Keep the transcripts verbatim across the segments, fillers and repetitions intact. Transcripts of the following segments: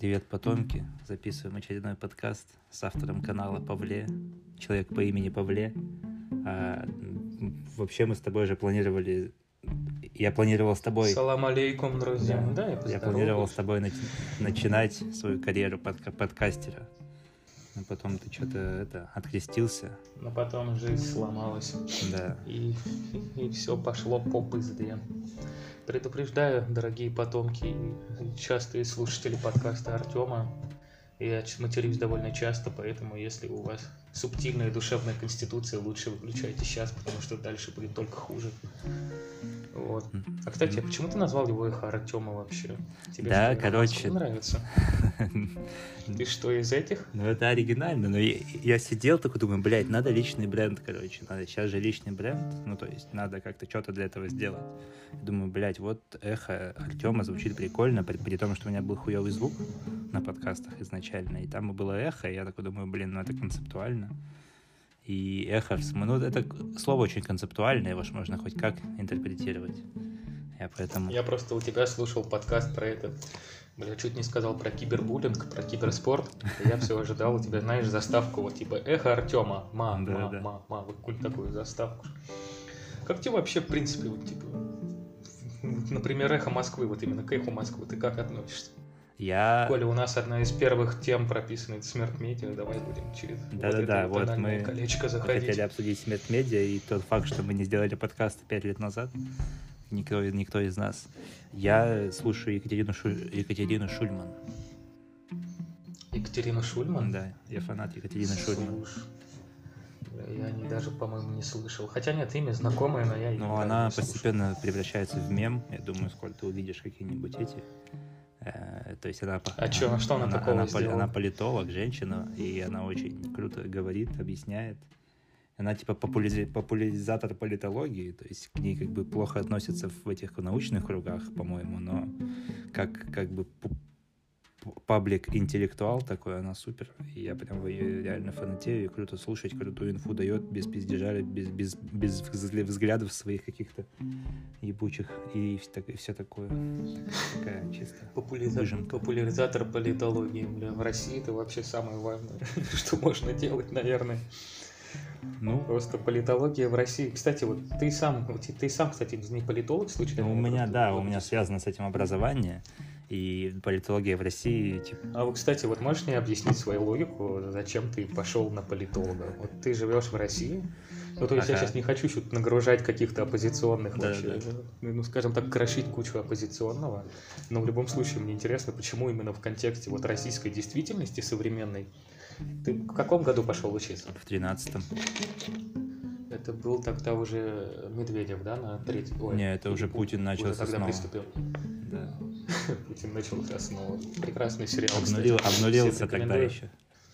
Привет, потомки! Записываем очередной подкаст с автором канала Павле, человек по имени Павле. А, вообще мы с тобой же планировали... Я планировал с тобой... Салам алейкум, друзья. Да, да, я, я планировал с тобой нач... начинать свою карьеру подка... подкастера. Но потом ты что-то это, открестился. Но потом жизнь сломалась. Да. И, и, и все пошло по пызде. Предупреждаю, дорогие потомки и частые слушатели подкаста Артема. Я матерюсь довольно часто, поэтому если у вас субтильная душевная конституция, лучше выключайте сейчас, потому что дальше будет только хуже. Вот. А, кстати, а почему ты назвал его Эхо Артема вообще? Тебе да, что, короче... нравится? Ты что, из этих? Ну, это оригинально, но я, я сидел такой, думаю, блядь, надо личный бренд, короче, надо, сейчас же личный бренд, ну, то есть надо как-то что-то для этого сделать. Думаю, блядь, вот Эхо Артема звучит прикольно, при, при том, что у меня был хуёвый звук на подкастах изначально, и там было эхо, и я такой думаю, блин, ну, это концептуально. И эхо, ну, это слово очень концептуальное, его ж можно хоть как интерпретировать. Я поэтому... Я просто у тебя слушал подкаст про этот... Я чуть не сказал про кибербуллинг, про киберспорт. Я все ожидал у тебя, знаешь, заставку вот типа «Эхо Артема». Ма, да, ма, да. ма, ма. Вот какую-то такую заставку. Как тебе вообще, в принципе, вот типа... Например, «Эхо Москвы», вот именно к «Эху Москвы», ты как относишься? Я... Коля, у нас одна из первых тем прописана, это «Смерть медиа», давай будем через Да-да-да, вот, вот мы колечко заходить. хотели обсудить «Смерть медиа» и тот факт, что мы не сделали подкаст пять лет назад. Никто, никто из нас. Я слушаю Екатерину, Шу... Екатерину Шульман. Екатерину Шульман? Да, я фанат Екатерины Шульман. Я не, даже, по-моему, не слышал. Хотя нет, имя знакомое, но я... Но она постепенно превращается в мем. Я думаю, скоро ты увидишь какие-нибудь эти... Э, то есть она... А что, что она, она такого она, сделала? Она политолог, женщина, и она очень круто говорит, объясняет. Она типа популяри... популяризатор политологии, то есть к ней как бы плохо относятся в этих научных кругах, по-моему, но как, как бы паблик-интеллектуал такой, она супер. И я прям ее реально фанатею, и круто слушать, крутую инфу дает, без пиздежа, без, без, без взглядов своих каких-то ебучих и, так, и все такое. Такая чисто Популяризатор, популяризатор политологии, бля, в России это вообще самое важное, что можно делать, наверное. Ну, просто политология в России. Кстати, вот ты сам, ты сам, кстати, не политолог случайно? Ну, у меня, да, у меня связано с этим образование, и политология в России, типа... А вот, кстати, вот можешь мне объяснить свою логику, зачем ты пошел на политолога? Вот ты живешь в России, ну, то есть ага. Я сейчас не хочу что-то нагружать каких-то оппозиционных да, вообще, да. ну, скажем так, крошить кучу оппозиционного, но в любом случае мне интересно, почему именно в контексте вот российской действительности современной. Ты в каком году пошел учиться? В тринадцатом. Это был тогда уже Медведев, да, на третьем? Ой, не, это уже Путин начал тогда снова. приступил. Да. Путин начался снова. Прекрасный сериал. Обнулил, обнулился тогда еще.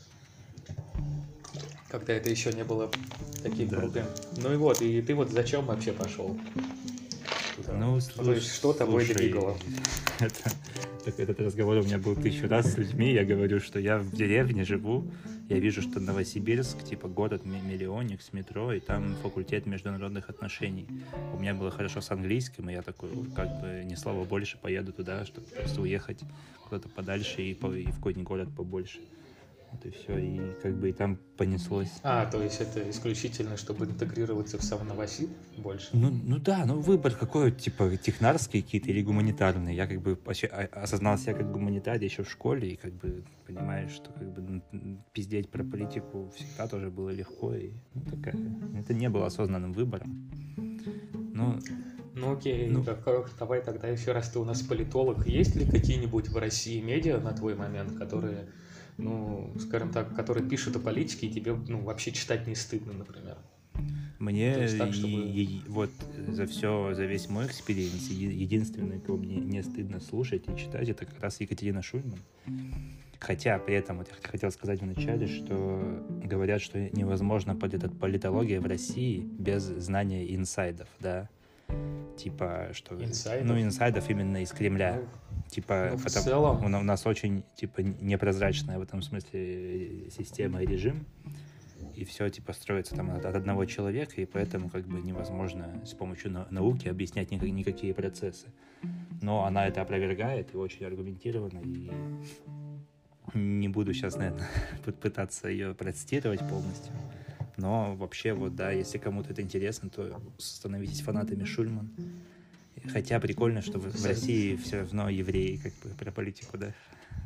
Когда это еще не было таким да. крутым. Ну и вот, и ты вот зачем вообще пошел? Ну, слушай, то есть, что тобой двигало? Это, этот разговор у меня был тысячу раз с людьми. Я говорю, что я в деревне живу. Я вижу, что Новосибирск, типа город-миллионник с метро, и там факультет международных отношений. У меня было хорошо с английским, и я такой, как бы, ни слова больше, поеду туда, чтобы просто уехать куда-то подальше и, по, и в какой-нибудь город побольше. Вот и все, и как бы и там понеслось. А, то есть это исключительно, чтобы интегрироваться в сам Новосиб больше? Ну, ну да, ну выбор какой, типа технарские какие-то или гуманитарные. Я как бы осознал себя как гуманитарий еще в школе, и как бы понимаешь, что как бы пиздеть про политику всегда тоже было легко, и ну, такая, это не было осознанным выбором. Ну, ну окей, ну, как, давай тогда еще раз, ты у нас политолог. Есть ли какие-нибудь в России медиа на твой момент, которые... ну, скажем так, который пишет о политике, и тебе, ну, вообще читать не стыдно, например. Мне так, чтобы... и, и, вот за все, за весь мой экспириенс, единственное, кого мне не стыдно слушать и читать, это как раз Екатерина Шульман. Хотя при этом, вот я хотел сказать вначале, что говорят, что невозможно политология в России без знания инсайдов, да, типа, что... Инсайдов? Ну, инсайдов именно из Кремля. Ну, типа, ну, в потому, целом... у нас очень, типа, непрозрачная в этом смысле система и режим, и все, типа, строится там от, от одного человека, и поэтому, как бы, невозможно с помощью на- науки объяснять никак, никакие процессы. Но она это опровергает, и очень аргументированно, и Не буду сейчас, наверное, пытаться ее процитировать полностью. Но вообще, вот, да, если кому-то это интересно, то становитесь фанатами Шульман. Хотя прикольно, что в, в России все равно евреи, как бы, про политику, да.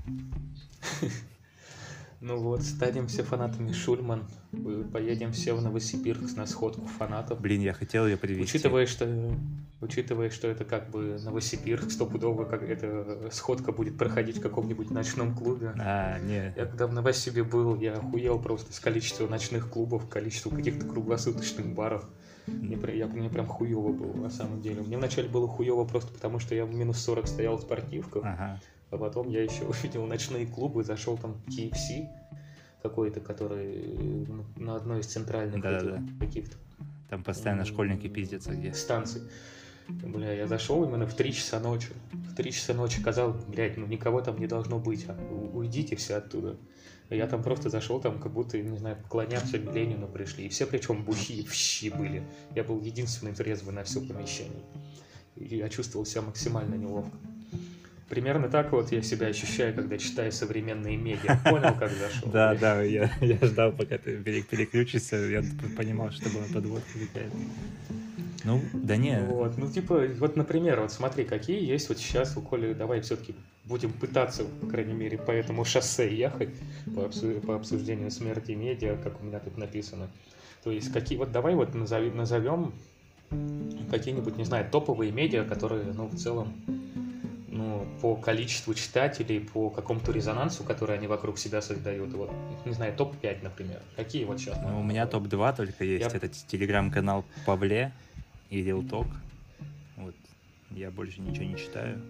Ну вот, станем все фанатами Шульман, поедем все в Новосибирск на сходку фанатов. Блин, я хотел ее привезти. Учитывая, что, учитывая, что это как бы Новосибирск, стопудово, как эта сходка будет проходить в каком-нибудь ночном клубе. А, нет. Я когда в Новосибе был, я охуел просто с количества ночных клубов, количества каких-то круглосуточных баров. Мне, я, мне прям хуево было, на самом деле. Мне вначале было хуево просто потому, что я в минус сорок стоял в спортивках. Ага. А потом я еще увидел ночные клубы, зашел там в кей эф си какой-то, который на одной из центральных да, этих, да. каких-то... Там постоянно школьники пиздятся где. Станций. Бля, я зашел именно в три часа ночи. В три часа ночи казалось, блядь, ну никого там не должно быть, а уйдите все оттуда. Я там просто зашел, там как будто, не знаю, поклоняться Ленину пришли. И все причем бухие, в щи были. Я был единственный трезвый на все помещение. И я чувствовал себя максимально неловко. Примерно так вот я себя ощущаю, когда читаю современные медиа. Понял, как зашел? Да, да, я ждал, пока ты переключишься, я понимал, что была подводка какая-то. Ну, да не. Вот, ну типа, вот, например, вот смотри, какие есть вот сейчас у Коли, давай все-таки будем пытаться, по крайней мере, по этому шоссе ехать, по, обсу- по обсуждению смерти медиа, как у меня тут написано. То есть, какие, вот давай вот назови, назовем какие-нибудь, не знаю, топовые медиа, которые, ну, в целом, ну, по количеству читателей, по какому-то резонансу, который они вокруг себя создают. Вот, не знаю, топ пять, например. Какие вот сейчас? Ну, у меня топ два только есть. Я... Это телеграм-канал Павле и Рилток. Вот. Я больше ничего не читаю.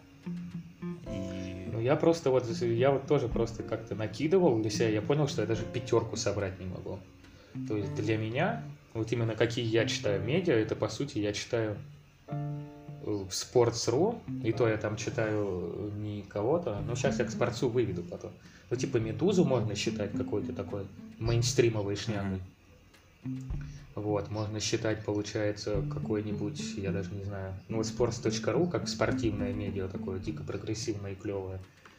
И... Ну, я просто вот, я вот тоже просто как-то накидывал для себя, я понял, что я даже пятерку собрать не могу. То есть для меня, вот именно какие я читаю медиа, это, по сути, я читаю Sports.ru, и то я там читаю не кого-то, но сейчас я к Sports.ru выведу потом. Ну, типа Медузу можно считать какой-то такой мейнстримовой шнягой. Вот, можно считать, получается, какой-нибудь, я даже не знаю, ну вот sports.ru, как спортивное медиа, такое дико прогрессивное и клевое.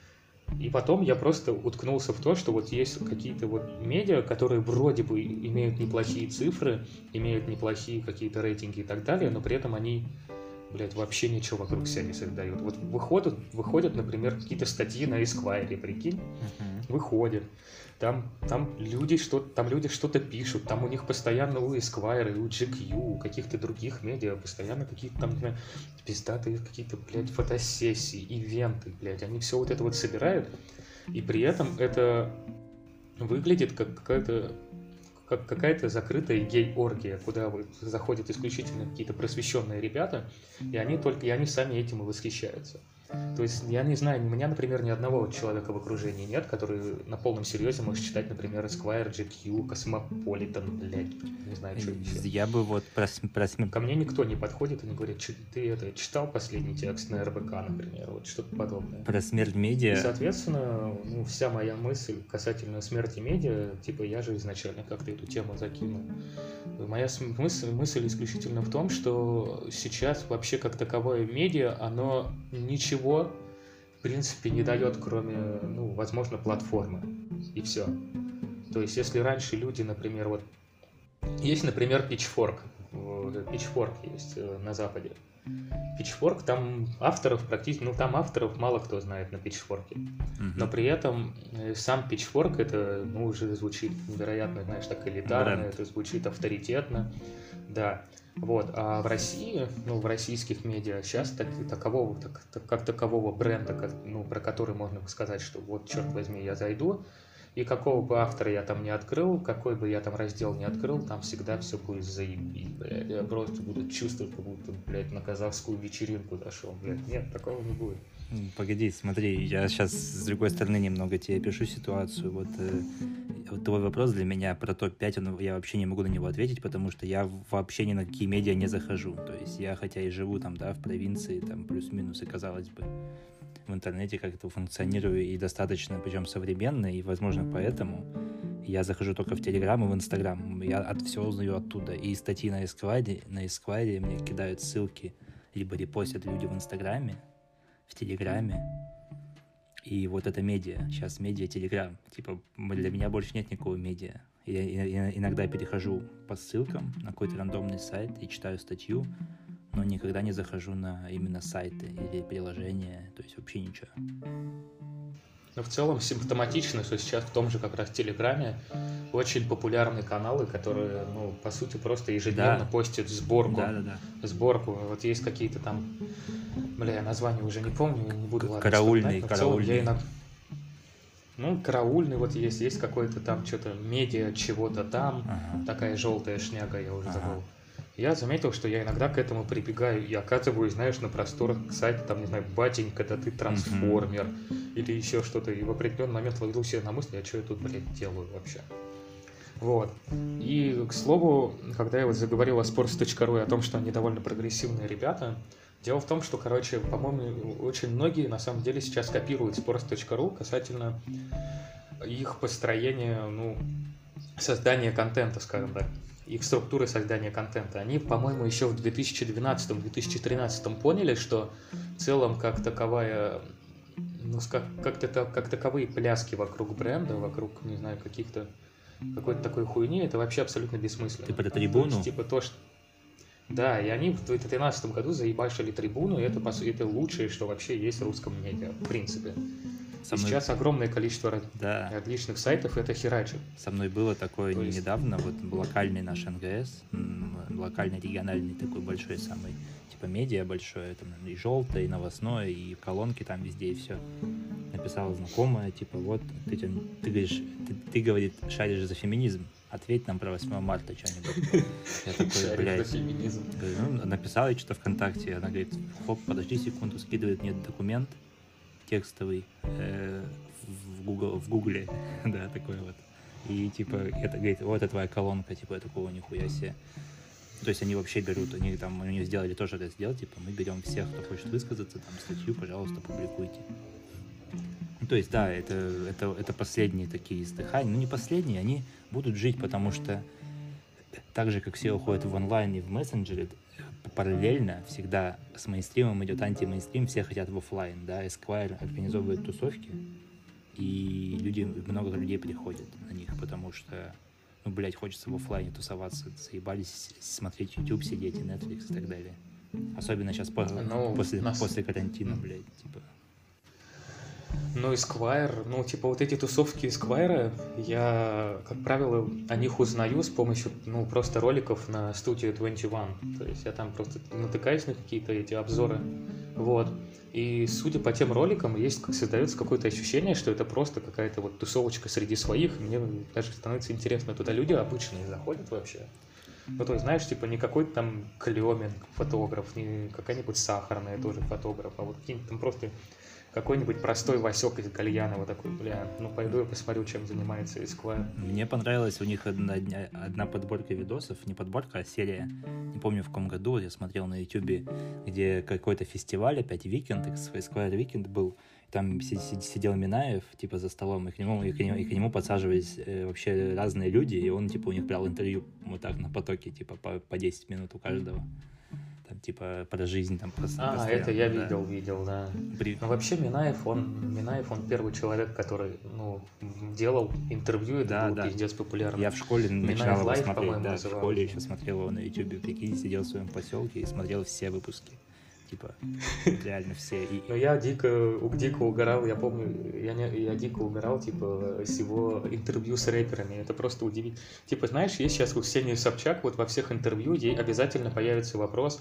И потом я просто уткнулся в то, что вот есть какие-то вот медиа, которые вроде бы имеют неплохие цифры, имеют неплохие какие-то рейтинги и так далее, но при этом они, блядь, вообще ничего вокруг себя не создают. Вот выходят, выходят, например, какие-то статьи на Esquire, прикинь, uh-huh. выходят. Там, там, люди что, там люди что-то пишут, там у них постоянно у Esquire, у джи кью, у каких-то других медиа постоянно какие-то там, например, пиздатые какие-то, блядь, фотосессии, ивенты, блядь, они все вот это вот собирают, и при этом это выглядит как какая-то, как какая-то закрытая гей-оргия, куда вот заходят исключительно какие-то просвещенные ребята, и они только, и они сами этим и восхищаются. То есть, я не знаю, у меня, например, ни одного человека в окружении нет, который на полном серьезе может читать, например, Esquire, джи кью, Cosmopolitan, блядь, не знаю, что еще. Я бы вот про, про смерть... Ко мне никто не подходит и не говорит, ты это читал последний текст на эр бэ ка, например, вот что-то подобное. Про смерть медиа... И, соответственно, ну, вся моя мысль касательно смерти медиа, типа, я же изначально как-то эту тему закинул. Моя мысль, мысль исключительно в том, что сейчас вообще как таковое медиа, оно ничего в принципе не дает, кроме, ну, возможно, платформы. И все. То есть, если раньше люди, например, вот... Есть, например, Pitchfork. Pitchfork есть на Западе. Pitchfork, там авторов практически... Ну, там авторов мало кто знает на Pitchfork. Mm-hmm. Но при этом сам Pitchfork, это, ну, уже звучит невероятно, знаешь, так элитарно, Бренд. Это звучит авторитетно. Да. Вот, а в России, ну, в российских медиа сейчас так, такового, так, так, как такового бренда, как, ну, про который можно сказать, что вот, черт возьми, я зайду, и какого бы автора я там не открыл, какой бы я там раздел не открыл, там всегда все будет заебись, блядь. Я просто буду чувствовать, как будто, блядь, на казахскую вечеринку зашел, блядь. Нет, такого не будет. Погоди, смотри, я сейчас с другой стороны немного тебе пишу ситуацию. Вот, э, вот твой вопрос для меня про топ пять, он, я вообще не могу на него ответить, потому что я вообще ни на какие медиа не захожу. То есть я хотя и живу там, да, в провинции, там плюс-минус, и казалось бы, в интернете как-то функционирую и достаточно, причем современно, и, возможно, поэтому я захожу только в Телеграм и в Инстаграм. Я от всего узнаю оттуда. И статьи на Esquire, на Esquire мне кидают ссылки, либо репостят люди в Инстаграме, в Телеграме, И вот это медиа. Сейчас медиа Телеграм. Типа, для меня больше нет никакого медиа. Я, я иногда перехожу по ссылкам на какой-то рандомный сайт и читаю статью, но никогда не захожу на именно сайты или приложения, то есть вообще ничего. Но в целом симптоматично, что сейчас в том же как раз Телеграме очень популярны каналы, которые, ну, по сути, просто ежедневно Да. постят сборку. Да, да, да. Сборку. Вот есть какие-то там, бля, я название уже не помню, не буду ладно, Караульный, вспоминать, но в целом караульный. я иногда... Ну, караульный вот есть, есть какой-то там что-то медиа чего-то там, Ага. такая желтая шняга, я уже Ага. забыл. Я заметил, что я иногда к этому прибегаю и оказываюсь, знаешь, на просторах сайта, там, не знаю, батенька, да ты трансформер, или еще что-то, и в определенный момент ловлю себя на мысли, а что я тут, блядь, делаю вообще? Вот. И, к слову, когда я вот заговорил о sports точка ру и о том, что они довольно прогрессивные ребята, дело в том, что, короче, по-моему, очень многие на самом деле сейчас копируют sports точка ру касательно их построения, ну, создания контента, скажем так, их структуры создания контента. Они, по-моему, еще в две тысячи двенадцатом - две тысячи тринадцатом поняли, что в целом как таковая, ну, как, как, как таковые пляски вокруг бренда, вокруг, не знаю, каких-то какой-то такой хуйни, это вообще абсолютно бессмысленно. Ты про трибуну? То есть, типа то, что... Да, и они в две тысячи тринадцатом году заебашили трибуну, и это, по сути, это лучшее, что вообще есть в русском медиа, в принципе. Со И мной- сейчас огромное количество Да. отличных сайтов это херачит. Со мной было такое То не есть- недавно, вот локальный наш эн гэ эс, м, локальный региональный такой большой самый, типа медиа большое, там и желтое, и новостное, и колонки там везде, и все. Написала знакомая, типа, вот, ты, тя- ты говоришь, ты, ты, говорит, шаришь за феминизм, ответь нам про восьмое марта что-нибудь. Я такой, Шарик за блядь. феминизм. Говорю, ну, написала я что-то ВКонтакте, она говорит, хоп, подожди секунду, скидывает мне документ текстовый э, в, Google, в Гугле, да, такой вот. И типа, это говорит, вот это твоя колонка, типа, я такого нихуя себе. То есть они вообще берут, они там, они сделали тоже это сделать, типа, мы берем всех, кто хочет высказаться, там, статью, пожалуйста, публикуйте. Ну, то есть, да, это, это, это последние такие издыхания, ну, не последние, они будут жить, потому что так же, как все уходят в онлайн и в мессенджеры, параллельно всегда с мейнстримом идет антимейнстрим, все хотят в офлайн, да, Esquire организовывает тусовки, и люди, много людей приходят на них, потому что, ну, блядь, хочется в офлайне тусоваться, заебались смотреть YouTube, сидеть и Netflix и так далее. Особенно сейчас по- Ну, после, нас- после карантина, блядь, типа. Ну, Esquire, ну, типа, вот эти тусовки Esquire, я, как правило, о них узнаю с помощью, ну, просто роликов на студии двадцать один. То есть я там просто натыкаюсь на какие-то эти обзоры, вот. И судя по тем роликам, есть, как создается какое-то ощущение, что это просто какая-то вот тусовочка среди своих. Мне даже становится интересно, туда люди обычные заходят вообще. Ну, то есть, знаешь, типа, не какой-то там Клемин фотограф, не какая-нибудь Сахарная тоже фотограф, а вот какие-нибудь там просто какой-нибудь простой Васек из Гальянова такой, бля, ну пойду я посмотрю, чем занимается Esquire. Мне понравилась у них одна, дня- одна подборка видосов, не подборка, а серия, не помню в каком году, я смотрел на ютубе, где какой-то фестиваль, опять Weekend, Esquire Weekend был, там си- си- сидел Минаев, типа, за столом, и к нему, и к нему, и к нему подсаживались э, вообще разные люди, и он, типа, у них брал интервью вот так на потоке, типа, по, по десять минут у каждого. Там, типа, про жизнь, там, просто. А, постоянно, это я да. видел, видел, да. При- Ну, вообще, Минаев, он, Минаев, он первый человек, который, ну, делал интервью, это Да, было да. пиздец популярно. Я в школе Минаев начинал его Лайв, смотреть, по-моему, да, в называлось. школе еще смотрел его на ютубе, прикинь, сидел в своем поселке и смотрел все выпуски. Типа, реально все. И, Но я дико, у- дико угорал, я помню, я, не, я дико угорал, типа, с его интервью с рэперами, это просто удивительно. Типа, знаешь, есть сейчас у Ксении Собчак, вот во всех интервью ей обязательно появится вопрос,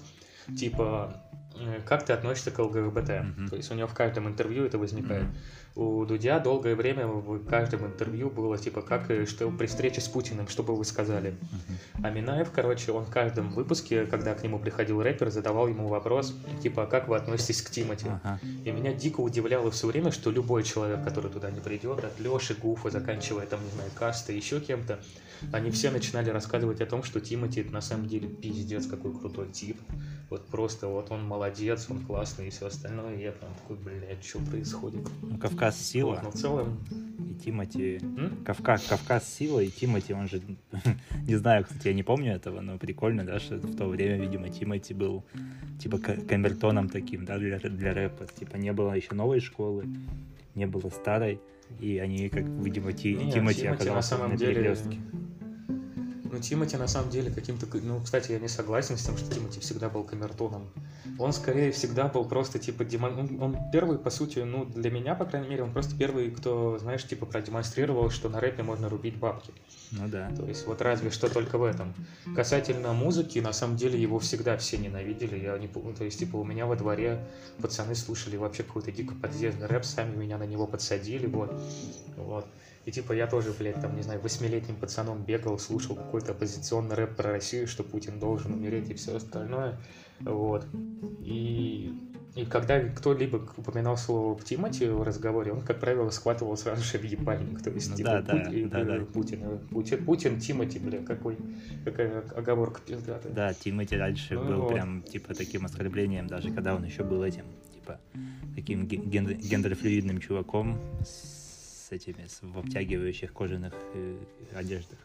типа, э, как ты относишься к ЛГБТ? Мгм. То есть у нее в каждом интервью это возникает. Мгм. У Дудя долгое время в каждом интервью было, типа, как, э, что при встрече с Путиным, что бы вы сказали? Мгм. А Минаев, короче, он в каждом выпуске, когда к нему приходил рэпер, задавал ему вопрос, типа, «А как вы относитесь к Тимати?» Ага. И меня дико удивляло все время, что любой человек, который туда не придет, от Леши Гуфа, заканчивая там, не знаю, Каста, еще кем-то, они все начинали рассказывать о том, что Тимати это на самом деле пиздец, какой крутой тип. Вот просто вот он молодец, он классный и все остальное. И я прям такой, блядь, что происходит? Ну, Кавказ сила Вот, но в целом... и Тимати. М? Кавказ, Кавказ сила и Тимати, он же, не знаю, кстати, я не помню этого, но прикольно, да, что в то время, видимо, Тимати был типа к- камертоном таким, да, для, для рэпа. Типа не было еще новой школы, не было старой, и они, как, видимо, Ти, Нет, Тимати Тимати на оказался самом на деле... перекрестке. Ну, Тимати на самом деле каким-то... Ну, кстати, я не согласен с тем, что Тимати всегда был камертоном. Он скорее всегда был просто типа демон... Он, он первый, по сути, ну, для меня, по крайней мере, он просто первый, кто, знаешь, типа продемонстрировал, что на рэпе можно рубить бабки. Ну да. То есть вот разве что только в этом. Касательно музыки, на самом деле его всегда все ненавидели. Я не... То есть, типа, у меня во дворе пацаны слушали вообще какой-то дико подъездный рэп, сами меня на него подсадили, вот. Вот. И типа я тоже, блядь, там, не знаю, восьмилетним пацаном бегал, слушал какой-то оппозиционный рэп про Россию, что Путин должен умереть и все остальное. Вот. И, и когда кто-либо упоминал слово Тимати в разговоре, он, как правило, схватывал сразу же в ебальник. То есть, Ну, типа, да, Пут... да, да, э, да. Путин, Путин, Путин, Тимати, бля, какой, какая оговорка пиздатая. Да, Тимати раньше Ну, был вот. прям, типа, таким оскорблением, даже когда он еще был этим, типа, таким ген- гендерфлюидным чуваком с этими, с, в обтягивающих кожаных э, одеждах.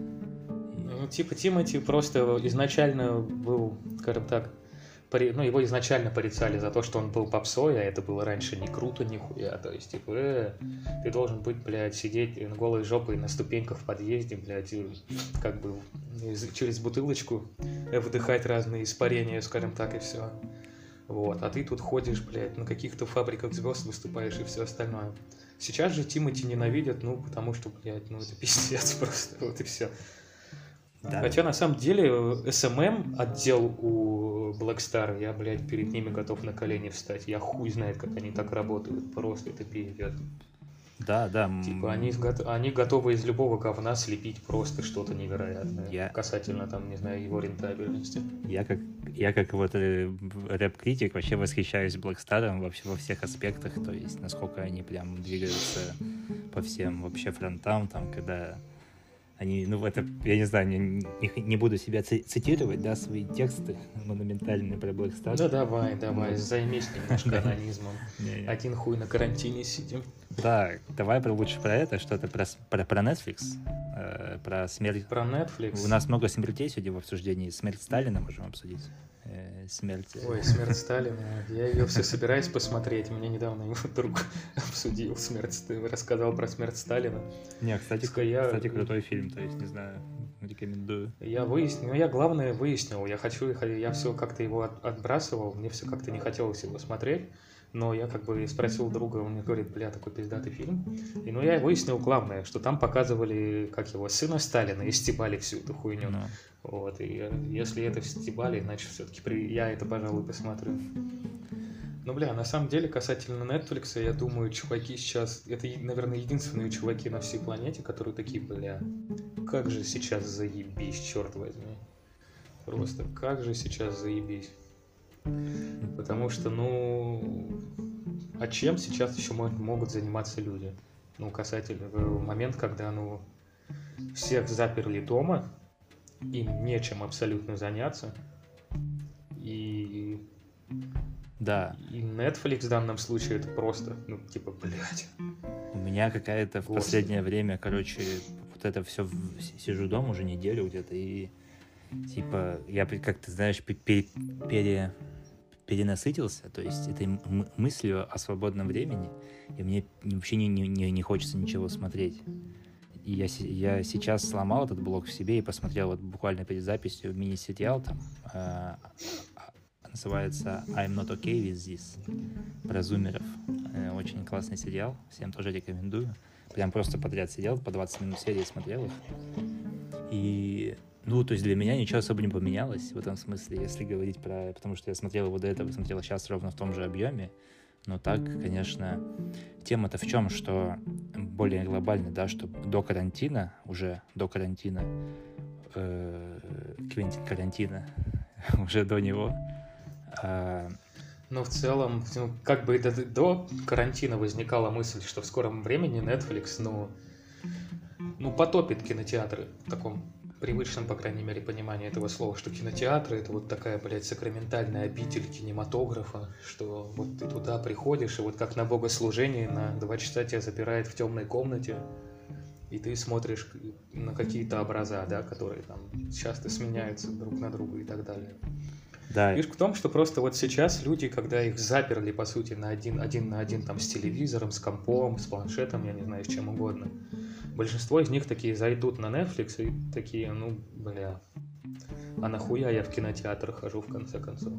Ну, типа Тимати просто изначально был, скажем так, пори... ну, его изначально порицали за то, что он был попсой, а это было раньше не круто нихуя. То есть, типа, э, ты должен быть, блядь, сидеть голой жопой на ступеньках в подъезде, блядь, и, как бы из- через бутылочку вдыхать разные испарения, скажем так, и все. Вот, а ты тут ходишь, блядь, на каких-то фабриках звезд выступаешь и все остальное. Сейчас же Тимати ненавидят, ну, потому что, блядь, ну, это пиздец просто, вот и все. Да. Хотя, на самом деле, эс эм эм отдел у Black Star, я, блядь, перед ними готов на колени встать. Я хуй знает, как они так работают, просто это пиздец. Да, да. Типа, они, они готовы из любого говна слепить просто что-то невероятное. Я... Касательно, там, не знаю, его рентабельности. Я как, я как вот э, рэп-критик вообще восхищаюсь Блэкстаром вообще во всех аспектах, то есть насколько они прям двигаются по всем вообще фронтам, там, когда они, ну, это, я не знаю, не, не, не буду себя цитировать, да, свои тексты монументальные про Блэкстар. Да давай, давай, ну, займись немножко анонизмом. Не, не. Один хуй на карантине сидим. Да, давай про, лучше про это, что-то про, про, про Netflix, э, про смерть. Про Netflix? У нас много смертей сегодня в обсуждении. Смерть Сталина можем обсудить. Э, смерть... Ой, смерть Сталина. Я ее все собираюсь посмотреть. Мне недавно его друг обсудил смерть, рассказал про смерть Сталина. Не, кстати, я... кстати, крутой фильм, то есть, не знаю, рекомендую. Я выяснил, ну я главное выяснил, я хочу, я все как-то его от, отбрасывал, мне все как-то не хотелось его смотреть, но я как бы спросил друга, он мне говорит, бля, такой пиздатый фильм, и ну я выяснил главное, что там показывали, как его, сына Сталина, и стебали всю эту хуйню, no. Вот, и если это стебали, значит все-таки при... я это, пожалуй, посмотрю. Ну, бля, на самом деле, касательно Netflix, я думаю, чуваки сейчас... Это, наверное, единственные чуваки на всей планете, которые такие, бля, как же сейчас заебись, черт возьми. Просто как же сейчас заебись. Потому что, ну... А чем сейчас еще могут заниматься люди? Ну, касательно... В момент, когда, ну... Всех заперли дома, им нечем абсолютно заняться. И... Да. И Netflix в данном случае это просто, ну, типа, блядь. У меня какая-то в Господи. Последнее время, короче, вот это все, сижу дома уже неделю где-то, и, типа, я, как ты знаешь, пере, пере, перенасытился, то есть этой м- мыслью о свободном времени, и мне вообще не, не, не хочется ничего смотреть. И я, я сейчас сломал этот блок в себе и посмотрел вот буквально перед записью мини-сериал там, э, называется I'm Not Okay With This, про зумеров. Э, очень классный сериал, всем тоже рекомендую. Прям просто подряд сидел, по двадцать минут серии смотрел их. И, ну, то есть для меня ничего особо не поменялось в этом смысле, если говорить про... Потому что я смотрел его до этого, смотрел сейчас ровно в том же объеме. Но так, конечно, тема-то в чем, что более глобально, да, что до карантина, уже до карантина, э, Квентин Карантино, уже до него... Ну, в целом, ну, как бы до, до карантина возникала мысль, что в скором времени Netflix, ну, ну, потопит кинотеатры в таком привычном, по крайней мере, понимании этого слова, что кинотеатры — это вот такая, блядь, сакраментальная обитель кинематографа, что вот ты туда приходишь, и вот как на богослужении на два часа тебя запирает в темной комнате, и ты смотришь на какие-то образа, да, которые там часто сменяются друг на друга и так далее. Да. Фишка в том, что просто вот сейчас люди, когда их заперли, по сути, на один, один на один там с телевизором, с компом, с планшетом, я не знаю, с чем угодно, большинство из них такие зайдут на Netflix и такие, ну, бля, а нахуя я в кинотеатр хожу, в конце концов?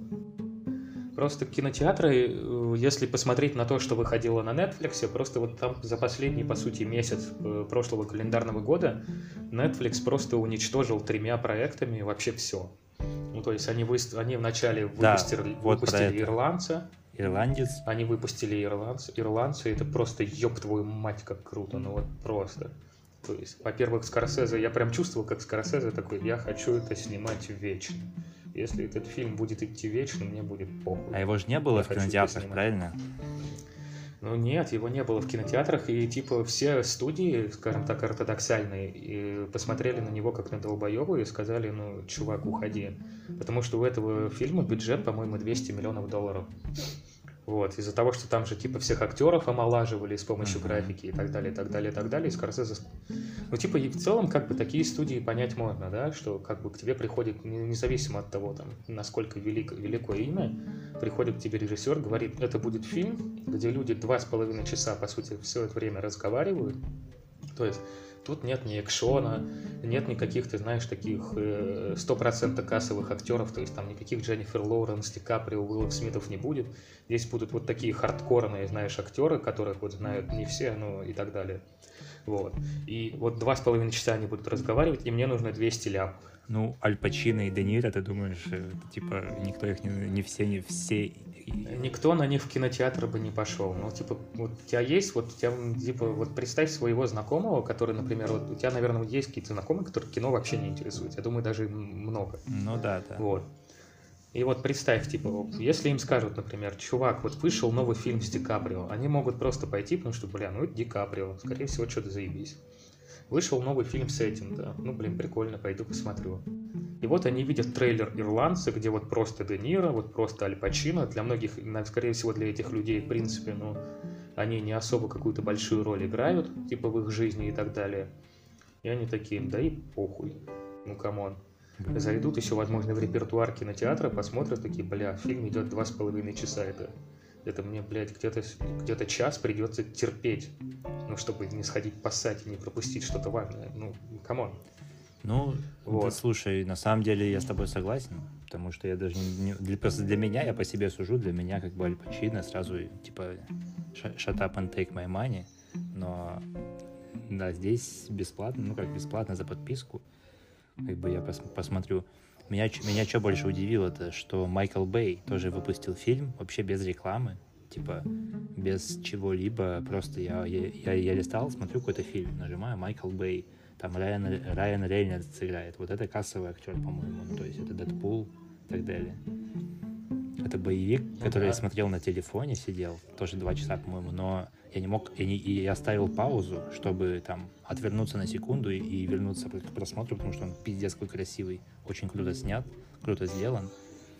Просто кинотеатры, если посмотреть на то, что выходило на Netflix, просто вот там за последний, по сути, месяц прошлого календарного года Netflix просто уничтожил тремя проектами вообще все. Ну, то есть они, вы... они вначале выпустили, да, вот выпустили «Ирландца». «Ирландец». Они выпустили «Ирландца». «Ирландца» — это просто, ёб твою мать, как круто, ну вот просто. То есть, во-первых, Скорсезе, я прям чувствовал, как Скорсезе такой, я хочу это снимать вечно. Если этот фильм будет идти вечно, мне будет похуй. А его же не было я в кинотеатрах, правильно? Ну нет, его не было в кинотеатрах, и типа все студии, скажем так, ортодоксальные, и посмотрели на него как на долбоеба и сказали, ну, чувак, уходи. Потому что у этого фильма бюджет, по-моему, двести миллионов долларов. Вот, из-за того, что там же типа всех актеров омолаживали с помощью mm-hmm. графики и так далее, и так далее, и так далее, и Скорсезе... Ну, типа, и в целом, как бы, такие студии понять можно, да, что, как бы, к тебе приходит, независимо от того, там, насколько велик, великое имя, приходит к тебе режиссер, говорит, это будет фильм, где люди два с половиной часа, по сути, все это время разговаривают, то есть тут нет ни экшона, нет никаких, ты знаешь, таких сто процентов кассовых актеров, то есть там никаких Дженнифер Лоуренс, Ди Каприо, Уиллов Смитов не будет. Здесь будут вот такие хардкорные, знаешь, актеры, которых вот знают не все, ну и так далее. Вот. И вот два с половиной часа они будут разговаривать, и мне нужно двести ляп. Ну, Аль Пачино и Де Ниро, ты думаешь, типа, никто их не, не все, не все... Никто на них в кинотеатр бы не пошел. Ну, типа, вот у тебя есть, вот у тебя, типа, вот представь своего знакомого, который, например, вот у тебя, наверное, есть какие-то знакомые, которые кино вообще не интересуют. Я думаю, даже много. Ну да, да. Вот. И вот представь, типа, если им скажут, например, чувак, вот вышел новый фильм с Ди Каприо, они могут просто пойти, потому что, бля, ну это Ди Каприо, скорее всего, что-то заебись. Вышел новый фильм с этим, да, ну, блин, прикольно, пойду посмотрю. И вот они видят трейлер «Ирландца», где вот просто Де Ниро, вот просто Аль Пачино. Для многих, скорее всего, для этих людей, в принципе, ну, они не особо какую-то большую роль играют, типа, в их жизни и так далее. И они такие, да и похуй, ну, камон. Зайдут еще, возможно, в репертуар кинотеатра, посмотрят, такие, бля, фильм идет два с половиной часа, это... Это мне, блядь, где-то, где-то час придется терпеть, ну, чтобы не сходить поссать и не пропустить что-то важное. Ну, камон. Ну, вот. Да, слушай, на самом деле я с тобой согласен, потому что я даже не... Для, просто для меня, я по себе сужу, для меня как бы Аль Пачино сразу, типа, shut up and take my money, но, да, здесь бесплатно, ну, как бесплатно за подписку, как бы я пос, посмотрю. Меня, меня что больше удивило-то, что Майкл Бэй тоже выпустил фильм вообще без рекламы, типа без чего-либо, просто я, я, я, я листал, смотрю какой-то фильм, нажимаю Майкл Бэй, там Райан, Райан Рейнольдс играет, вот это кассовый актер, по-моему, ну, то есть это Дэдпул и так далее. Это боевик, который я смотрел на телефоне, сидел, тоже два часа, по-моему, но я не мог, я, не, и я ставил паузу, чтобы там отвернуться на секунду и, и вернуться к просмотру, потому что он пиздец какой красивый, очень круто снят, круто сделан.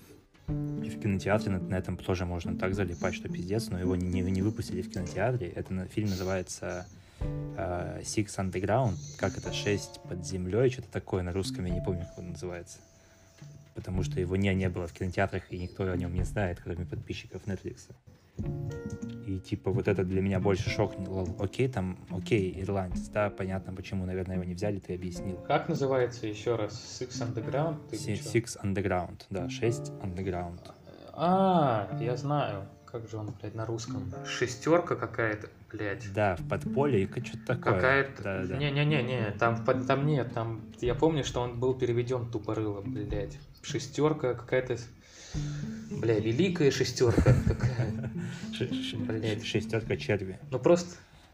И в кинотеатре на, на этом тоже можно так залипать, что пиздец, но его не, не, не выпустили в кинотеатре. Это фильм называется uh, Six Underground, как это, шесть под землей, что-то такое на русском, я не помню, как он называется. Потому что его не, не было в кинотеатрах, и никто о нем не знает, кроме подписчиков Netflix. И типа вот это для меня больше шок. Окей, там, окей, ирландец, да, понятно, почему, наверное, его не взяли, ты объяснил. Как называется еще раз? Six Underground? Six Underground, да, шесть Underground. А, я знаю. Как же он, блядь, на русском? Шестерка какая-то, блядь. Да, в подполье, что-то такое. Какая-то... Да, да. Не-не-не, там, там нет, там... Я помню, что он был переведен тупорыло, блядь. Шестерка какая-то... Бля, великая шестерка такая. Блядь. Шестерка черви. Ну просто...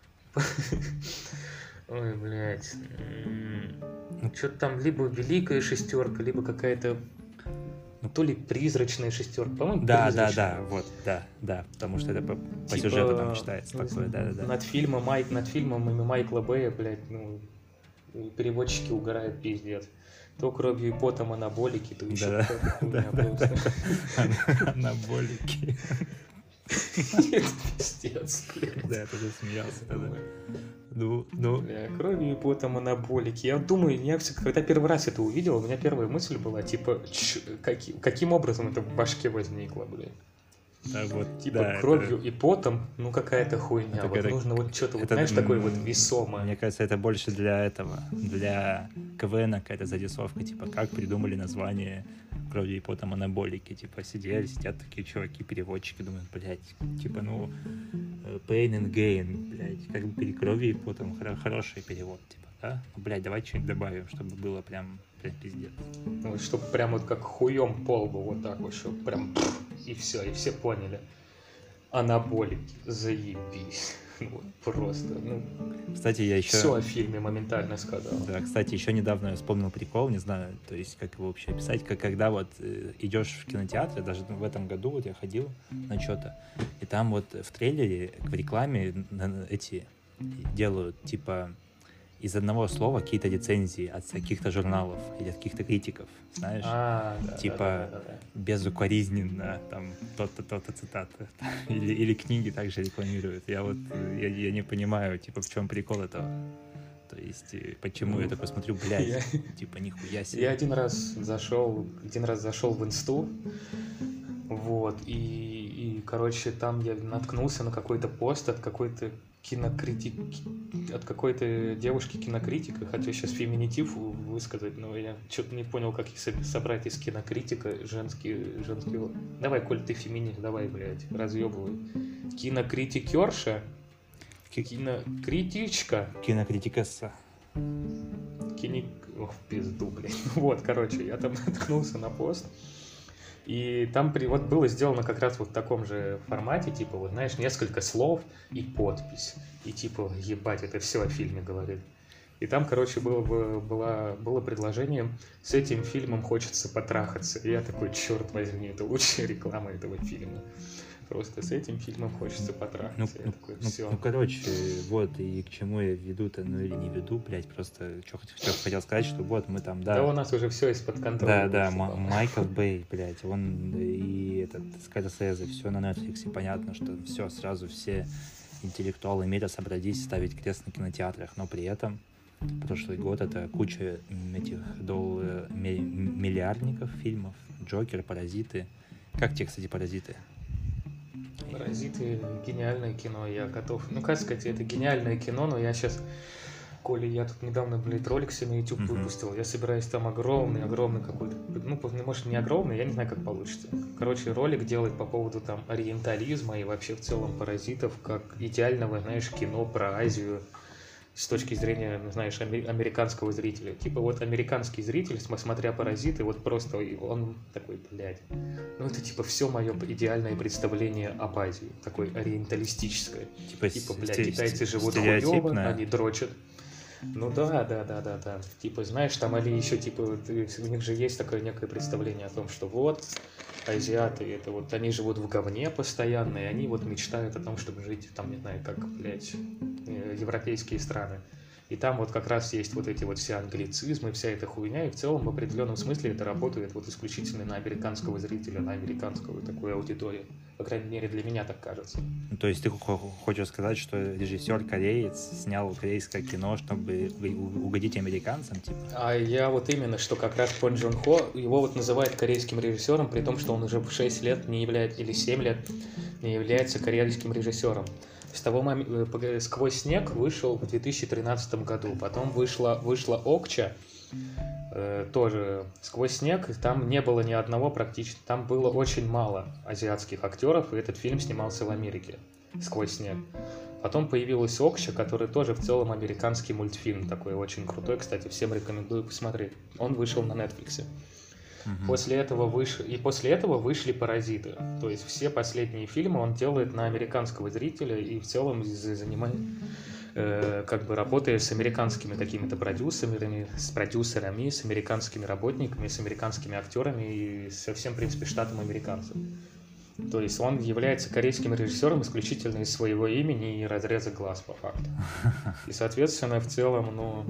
Ой, блядь. Что-то там либо великая шестерка, либо какая-то... Ну, то ли призрачная шестерка, по-моему, да, да, да, вот, да, да, потому что это по, по типа, сюжету там читается такое, да, да, да. Над фильмом, Майк, над фильмом Майкла Бэя, блядь, ну, переводчики угорают пиздец. То кровью и потом анаболики, то еще да, какая-то да, хуйня да, просто. Да, анаболики. Это пиздец, блядь. Да, я тоже смеялся тогда. Ну, ну... Бля, крови и потом анаболики. Я думаю, я все, когда первый раз это увидел, у меня первая мысль была, типа, ч, каки, каким образом это в башке возникло, блядь? Да, вот, типа да, кровью это... и потом, ну какая-то хуйня. Это вот когда... нужно вот что-то, вот, это, знаешь, такое вот весомое. Мне кажется, это больше для этого, для КВН какая-то зарисовка, типа, как придумали название кровью и потом анаболики. Типа, сидели, сидят такие чуваки, переводчики, думают, блядь, типа, ну, pain and gain, блядь, как бы кровью и потом хоро- хороший перевод, типа, да? Ну, блядь, давай что-нибудь добавим, чтобы было прям, прям пиздец. Вот, чтобы прям вот как хуем по лбу, вот так вот, чтобы прям, и все, и все поняли. Анаболики, заебись. Вот просто, ну... Кстати, я еще... Все о фильме моментально сказал. Да, кстати, еще недавно я вспомнил прикол, не знаю, то есть, как его вообще описать, как когда вот э, идешь в кинотеатр, даже в этом году вот я ходил на что-то, и там вот в трейлере, в рекламе на, эти делают, типа, из одного слова какие-то рецензии от каких-то журналов или от каких-то критиков, знаешь? А, да, типа, да, да, да, да. безукоризненно, там, то-то, то-то цитата. Или, или книги также рекламируют. Я вот, я, я не понимаю, типа, в чем прикол этого. То есть, почему я такой смотрю, блядь, я, типа, нихуя себе. Я один раз зашел, один раз зашел в инсту, вот, и, и, короче, там я наткнулся на какой-то пост от какой-то кинокритики, от какой-то девушки-кинокритика, хочу сейчас феминитив высказать, но я что-то не понял, как их собрать из кинокритика женский, женский... Давай, коль ты феминист, давай, блядь, разъебывай. Кинокритикерша, кинокритичка. Кинокритикесса. Киник... Ох, в пизду, блядь. Вот, короче, я там наткнулся на пост, и там вот было сделано как раз вот в таком же формате, типа, вот, знаешь, несколько слов и подпись. И типа, ебать, это все о фильме говорит. И там, короче, было, было, было предложение, с этим фильмом хочется потрахаться. И я такой, черт возьми, это лучшая реклама этого фильма. Просто с этим фильмом хочется потрахаться. Ну, я такой, ну, все. ну, короче, вот, и к чему я веду-то, ну или не веду, блядь, просто что хотел сказать, что вот мы там, да... Да у нас уже все из-под контроля. Да, да, М- Майкл Бэй, блядь, он и этот Скорсезе, все на Netflix, понятно, что все, сразу все интеллектуалы мира собрались ставить крест на кинотеатрах, но при этом прошлый год это куча этих дол... миллиардников фильмов, Джокер, Паразиты. Как тебе, кстати, Паразиты? Паразиты — гениальное кино, я готов. Ну, как сказать, это гениальное кино, но я сейчас... Коля, я тут недавно, блядь, ролик себе на YouTube uh-huh. выпустил. Я собираюсь там огромный, огромный какой-то... Ну, может, не огромный, я не знаю, как получится. Короче, ролик делать по поводу там ориентализма и вообще в целом паразитов, как идеального, знаешь, кино про Азию с точки зрения, знаешь, американского зрителя. Типа вот американский зритель, смотря «Паразиты», вот просто он такой, блядь, ну это типа все мое идеальное представление об Азии, такое ориенталистическое. Типа, типа блядь, сте- китайцы живут хуёво, они дрочат. Ну да, да, да, да, да. Типа, знаешь, там они еще, типа, у них же есть такое некое представление о том, что вот, азиаты, это вот, они живут в говне постоянно, и они вот мечтают о том, чтобы жить, там, не знаю, как, блядь, европейские страны. И там вот как раз есть вот эти вот все англицизмы, вся эта хуйня, и в целом в определенном смысле это работает вот исключительно на американского зрителя, на американскую такую аудиторию. По крайней мере, для меня так кажется. Ну, то есть ты хочешь сказать, что режиссер-кореец снял корейское кино, чтобы угодить американцам, типа? А я вот именно, что как раз Пон Джун Хо, его вот называют корейским режиссером, при том, что он уже в шесть лет не является, или семь лет не является корейским режиссером. С того момента «Сквозь снег» вышел в две тысячи тринадцатом году, потом вышла, вышла «Окча», э, тоже «Сквозь снег», там не было ни одного практически, там было очень мало азиатских актеров, и этот фильм снимался в Америке, «Сквозь снег». Потом появилась «Окча», который тоже в целом американский мультфильм, такой очень крутой, кстати, всем рекомендую посмотреть. Он вышел на Netflix. Uh-huh. После этого выш... И после этого вышли «Паразиты». То есть все последние фильмы он делает на американского зрителя и в целом занимает, э, как бы работая с американскими какими-то продюсерами, с продюсерами, с американскими работниками, с американскими актерами и со всем, в принципе, штатом американцев. То есть он является корейским режиссером исключительно из своего имени и разреза глаз, по факту. И, соответственно, в целом, ну...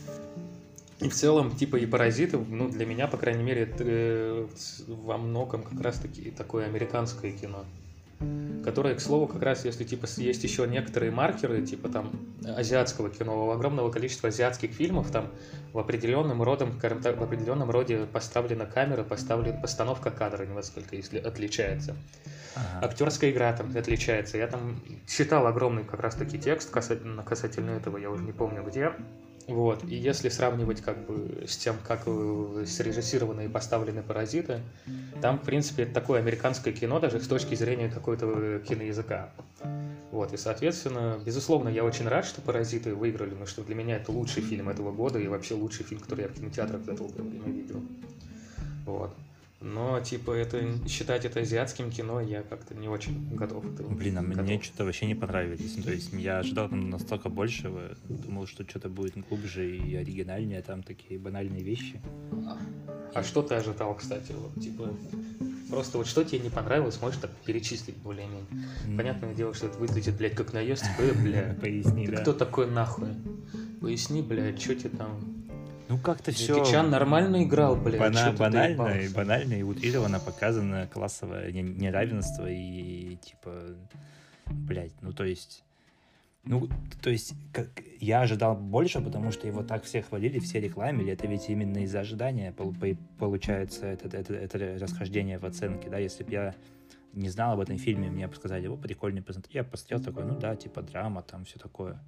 И в целом, типа, и «Паразиты», ну, для меня, по крайней мере, это во многом как раз-таки такое американское кино. которая, к слову, как раз, если типа есть еще некоторые маркеры, типа там азиатского кино, огромного количества азиатских фильмов, там в определенном родом, скажем так, в определенном роде поставлена камера, поставлена постановка кадра несколько если отличается. Ага. Актерская игра там отличается. Я там читал огромный как раз-таки текст касательно, касательно этого, я уже не помню где. Вот. И если сравнивать как бы с тем, как срежиссированы и поставлены «Паразиты», там, в принципе, это такое американское кино, даже с точки зрения какого-то киноязыка. Вот. И, соответственно, безусловно, я очень рад, что «Паразиты» выиграли, потому что для меня это лучший фильм этого года и вообще лучший фильм, который я в кинотеатрах за долгое время видел. Вот. Но, типа, это считать это азиатским кино, я как-то не очень готов. Блин, а готов. Мне что-то вообще не понравились. То есть я ожидал там настолько большего. Думал, что что-то будет глубже и оригинальнее, там такие банальные вещи. А, а что ты ожидал, кстати? Вот, типа, просто вот что тебе не понравилось, можешь так перечислить более-менее. Mm. Понятное дело, что это выглядит, блядь, как наезд. Э, бля, поясни, ты да. кто такой нахуй? Поясни, блядь, что тебе там... Ну как-то все... Чан нормально играл, блядь. Бана- банально, и банально и утрированно показано классовое неравенство и типа, блядь, ну то есть, ну то есть, как я ожидал больше, потому что его так все хвалили, все рекламили, это ведь именно из-за ожидания получается это, это, это расхождение в оценке, да, если бы я не знал об этом фильме, мне бы сказали, о, прикольный посмотреть, я посмотрел такой, ну да, типа драма, там все такое.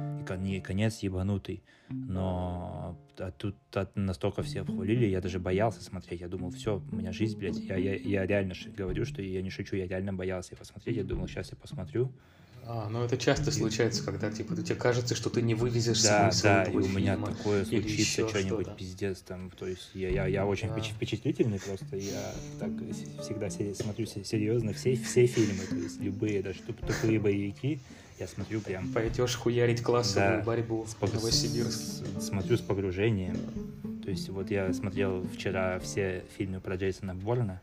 И конец ебанутый, но а тут а настолько все обхвалили, я даже боялся смотреть, я думал, все, у меня жизнь, блядь, я, я, я реально говорю, что я не шучу, я реально боялся его смотреть, я думал, сейчас я посмотрю. А, ну это часто случается, когда типа тебе кажется, что ты не вывезешь да, смысл да, этого и у меня фильма, такое случится, что-нибудь что-то. Пиздец там, то есть я, я, я очень да. впечатлительный просто, я так всегда смотрю серьезно все, все фильмы, то есть любые, даже тупые боевики, я смотрю прям... Пойдешь хуярить классовую да, борьбу в пог... Новосибирске. Смотрю с погружением. То есть вот я смотрел вчера все фильмы про Джейсона Борна,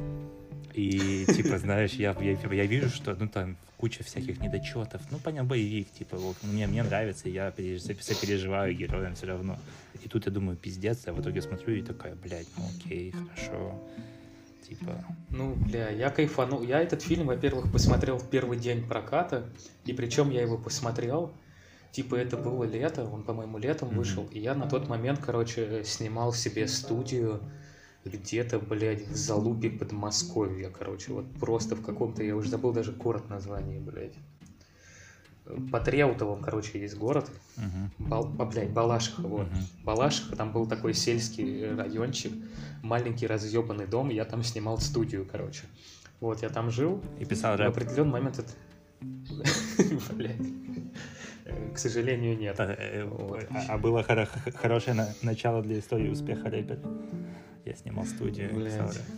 и типа, знаешь, я, я, я вижу, что ну там куча всяких недочетов. Ну, понятно, боевик, типа, вот, мне, мне нравится, я сопереживаю героям все равно. И тут я думаю, пиздец, я в итоге смотрю и такая, блядь, ну окей, хорошо. Типа... Ну, бля, я кайфанул. Я этот фильм, во-первых, посмотрел в первый день проката, и причем я его посмотрел, типа, это было лето, он, по-моему, летом mm-hmm. вышел, и я на тот момент, короче, снимал себе студию где-то, блядь, в залупе Подмосковья, короче, вот просто в каком-то, я уже забыл даже город название, блядь. Под Реутовым, короче, есть город, uh-huh. Бал, блядь, Балашиха, вот. Uh-huh. Балашиха, там был такой сельский райончик, маленький разъебанный дом, я там снимал студию, короче. Вот, я там жил. И писал рэп. В определенный момент это... Блядь. К сожалению, нет. А было хорошее начало для истории успеха рэпера? Я снимал студию, писал рэп.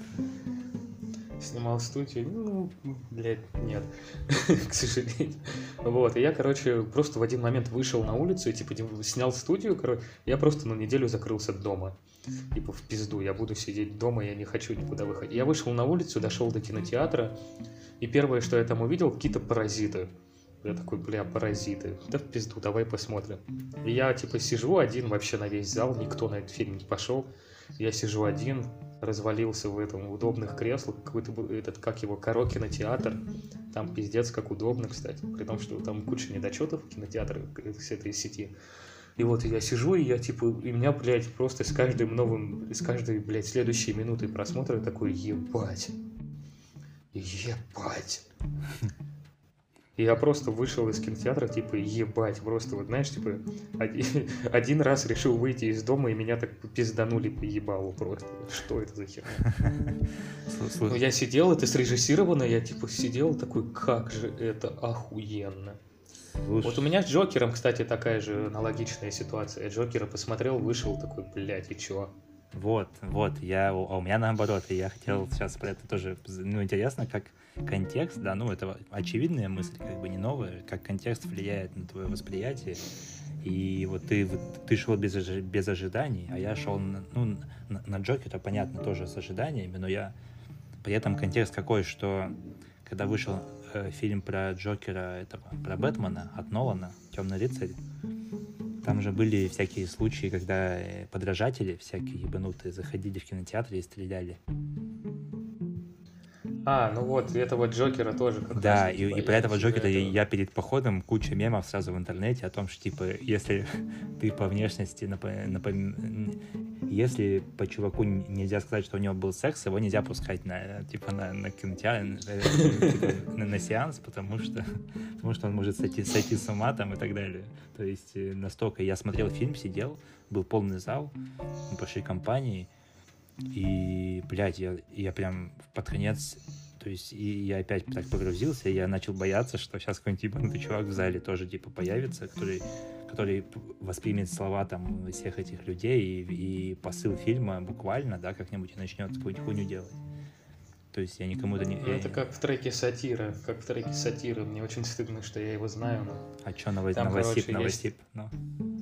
Снимал студию, ну, блядь, нет, к сожалению. Вот, и я, короче, просто в один момент вышел на улицу и, типа, снял студию, короче, я просто на неделю закрылся дома. Типа, в пизду, я буду сидеть дома, я не хочу никуда выходить. Я вышел на улицу, дошел до кинотеатра, и первое, что я там увидел, какие-то паразиты. Я такой, бля, паразиты. Да в пизду, давай посмотрим. И я, типа, сижу один вообще на весь зал, никто на этот фильм не пошел. Я сижу один, развалился в этом удобных креслах, какой-то этот, как его, караоке-кинотеатр. Там пиздец, как удобно, кстати. При том, что там куча недочетов кинотеатра с этой сети. И вот я сижу, и я типа, и меня, блядь, просто с каждым новым, с каждой, блядь, следующей минутой просмотра такой, ебать. Ебать. И я просто вышел из кинотеатра, типа, ебать, просто, вот, знаешь, типа, один, один раз решил выйти из дома, и меня так пизданули по ебалу просто. Что это за херня? Ну, я сидел, это срежиссировано, я, типа, сидел такой, как же это охуенно. Слушай. Вот у меня с Джокером, кстати, такая же аналогичная ситуация. Я Джокера посмотрел, вышел, такой, блядь, и чё? Вот, вот, я, а у меня наоборот, и я хотел сейчас про это тоже, ну, интересно, как контекст, да, ну, это очевидная мысль, как бы не новая, как контекст влияет на твое восприятие, и вот ты, вот, ты шел без, без ожиданий, а я шел, на, ну, на, на Джокера, понятно, тоже с ожиданиями, но я, при этом контекст какой, что когда вышел э, фильм про Джокера, этого, про Бэтмена от Нолана, «Темный рыцарь», там же были всякие случаи, когда подражатели всякие ебанутые заходили в кинотеатры и стреляли. А, ну вот, и этого Джокера тоже как Да, раз и, таки и про этого боялись из-за Джокера этого. я перед походом куча мемов сразу в интернете о том, что, типа, если ты по внешности напо- напом- если по чуваку н- нельзя сказать, что у него был секс, его нельзя пускать на, типа, на, на кинотеатр, э, типа, на, на сеанс, потому что, потому что он может сойти, сойти с ума там и так далее. То есть э, настолько... Я смотрел фильм, сидел, был полный зал, мы пошли компанией, и, блядь, я, я прям под конец... То есть и я опять так погрузился, и я начал бояться, что сейчас какой-нибудь ебанутый чувак в зале тоже типа появится, который, который воспримет слова там всех этих людей и, и посыл фильма буквально, да, как-нибудь и начнет какую-нибудь хуйню делать. То есть я никому это не... Ну, это как в треке «Сатира», как в треке «Сатира». Мне очень стыдно, что я его знаю, но... А чё, ново... Там, новосип, короче, новосип? Ну.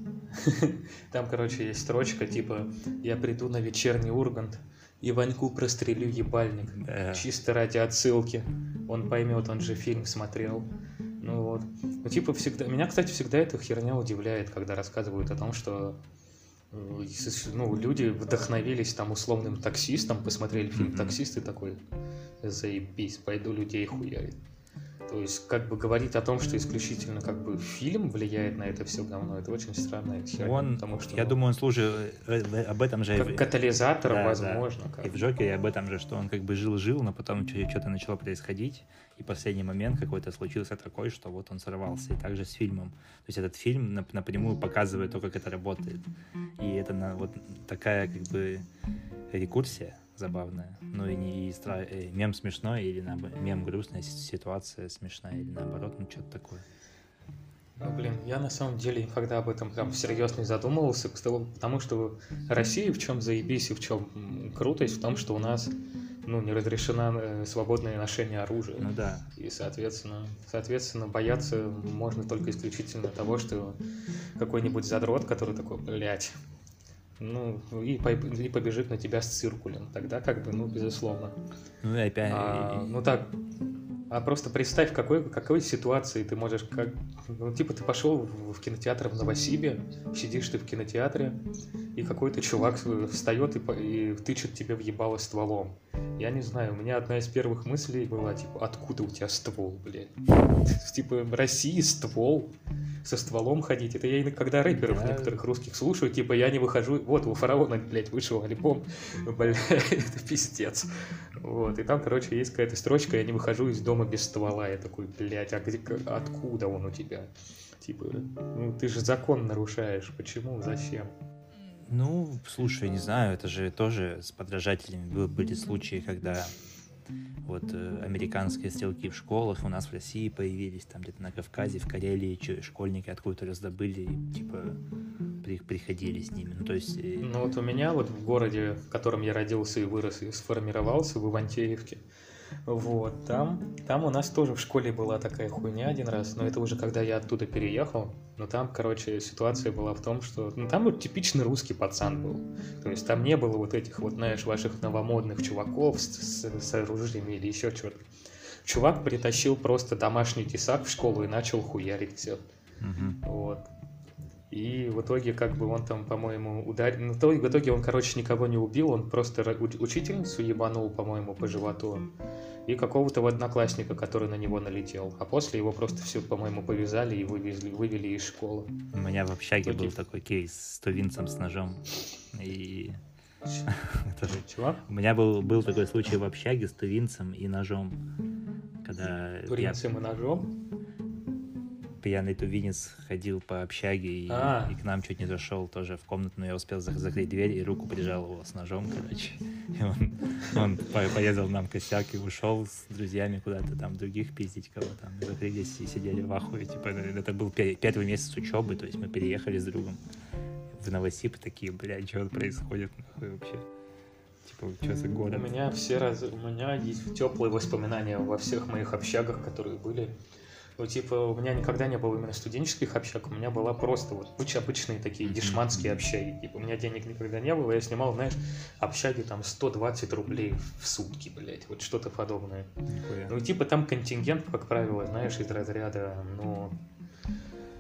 Там, короче, есть строчка, типа «Я приду на вечерний Ургант и Ваньку прострелю ебальник». Да. Чисто ради отсылки. Он поймет, он же фильм смотрел. Ну вот. Ну, типа, всегда... Меня, кстати, всегда эта херня удивляет, когда рассказывают о том, что э, с- ну, люди вдохновились там условным таксистом, посмотрели фильм Мгм. «Таксист» и такой «Заебись, пойду людей хуярить». То есть, как бы говорить о том, что исключительно как бы фильм влияет на это все говно, это очень странная херня, Он, потому что я ну, думаю, он служит э, э, об этом же... и как в- катализатор, Да, возможно. да. Как. И в Джокере об этом же, что он как бы жил-жил, но потом что-то начало происходить, и последний момент какой-то случился такой, что вот он сорвался. И также с фильмом. То есть этот фильм нап- напрямую показывает то, как это работает. И это на, вот такая как бы рекурсия забавная. Ну и не и стра- э, мем смешной, или наоборот, мем грустная, си- ситуация смешная, или наоборот, ну что-то такое. Ну, блин, я на самом деле никогда об этом прям всерьез не задумывался, потому потому что Россия в чем заебись и в чем м, крутость, в том, что у нас ну, не разрешено э, свободное ношение оружия. Ну да. И, соответственно, соответственно, бояться можно только исключительно того, что какой-нибудь задрот, который такой, блядь, ну, и, по- и побежит на тебя с циркулем. Тогда как бы, ну, безусловно. Ну и опять... А, ну так, а просто представь, в какой, какой ситуации ты можешь, как, ну, типа, ты пошел в, в кинотеатр в Новосибе, сидишь ты в кинотеатре, и какой-то чувак встает и, по- и тычет тебе в ебало стволом. Я не знаю, у меня одна из первых мыслей была, типа, откуда у тебя ствол, блядь? Типа, в России ствол, со стволом ходить. Это я иногда рэперов Да. некоторых русских слушаю, типа, я не выхожу, вот, у Фараона, блядь, вышел альбом, блядь, это пиздец. Вот, и там, короче, есть какая-то строчка, я не выхожу из дома без ствола. Я такой, блядь, а где, откуда он у тебя? Типа, ну ты же закон нарушаешь, почему, зачем? Ну, слушай, не знаю, это же тоже с подражателями были, были случаи, когда вот э, американские стрелки в школах у нас в России появились, там где-то на Кавказе, в Карелии, че- школьники откуда-то раздобыли и типа при, приходили с ними. Ну, то есть... э, Ну вот у меня вот в городе, в котором я родился и вырос, и сформировался, в Ивантеевке, вот, там, там у нас тоже в школе была такая хуйня один раз, но это уже когда я оттуда переехал, но там, короче, ситуация была в том, что, ну, там вот типичный русский пацан был, то есть там не было вот этих вот, знаешь, ваших новомодных чуваков с, с, с оружием или еще что-то. Чувак притащил просто домашний тесак в школу и начал хуярить все, мгм. вот. И в итоге, как бы он там, по-моему, ударил. Ну, то- в итоге он, короче, никого не убил, он просто ра- уч- учительницу ебанул, по-моему, по животу. И какого-то одноклассника, который на него налетел. А после его просто все, по-моему, повязали и вывезли, вывели из школы. У меня в общаге Окей. был такой кейс с тувинцем с ножом. И это же- Чувак, у меня был, был такой случай в общаге с тувинцем и ножом. Когда я, туринцем и ножом. пьяный тувинец ходил по общаге и, А. и к нам чуть не зашел тоже в комнату, но я успел зак- закрыть дверь и руку прижал его с ножом, короче. И он, он по- порезал нам косяк и ушел с друзьями куда-то там других пиздить кого там. Закрылись и сидели в ахуе. Типа, это был пе- первый месяц учебы, то есть мы переехали с другом в Новосиб, такие, блядь, что происходит нахуй вообще? Типа, что за У город? меня все раз... У меня есть теплые воспоминания во всех моих общагах, которые были. Ну, типа, у меня никогда не было именно студенческих общаг, у меня была просто вот обыч- обычные такие дешманские общаги. Типа, у меня денег никогда не было, я снимал, знаешь, общаги там сто двадцать рублей в сутки, блядь, вот что-то подобное. Нихуя. Ну, и типа там контингент, как правило, знаешь, из разряда, ну,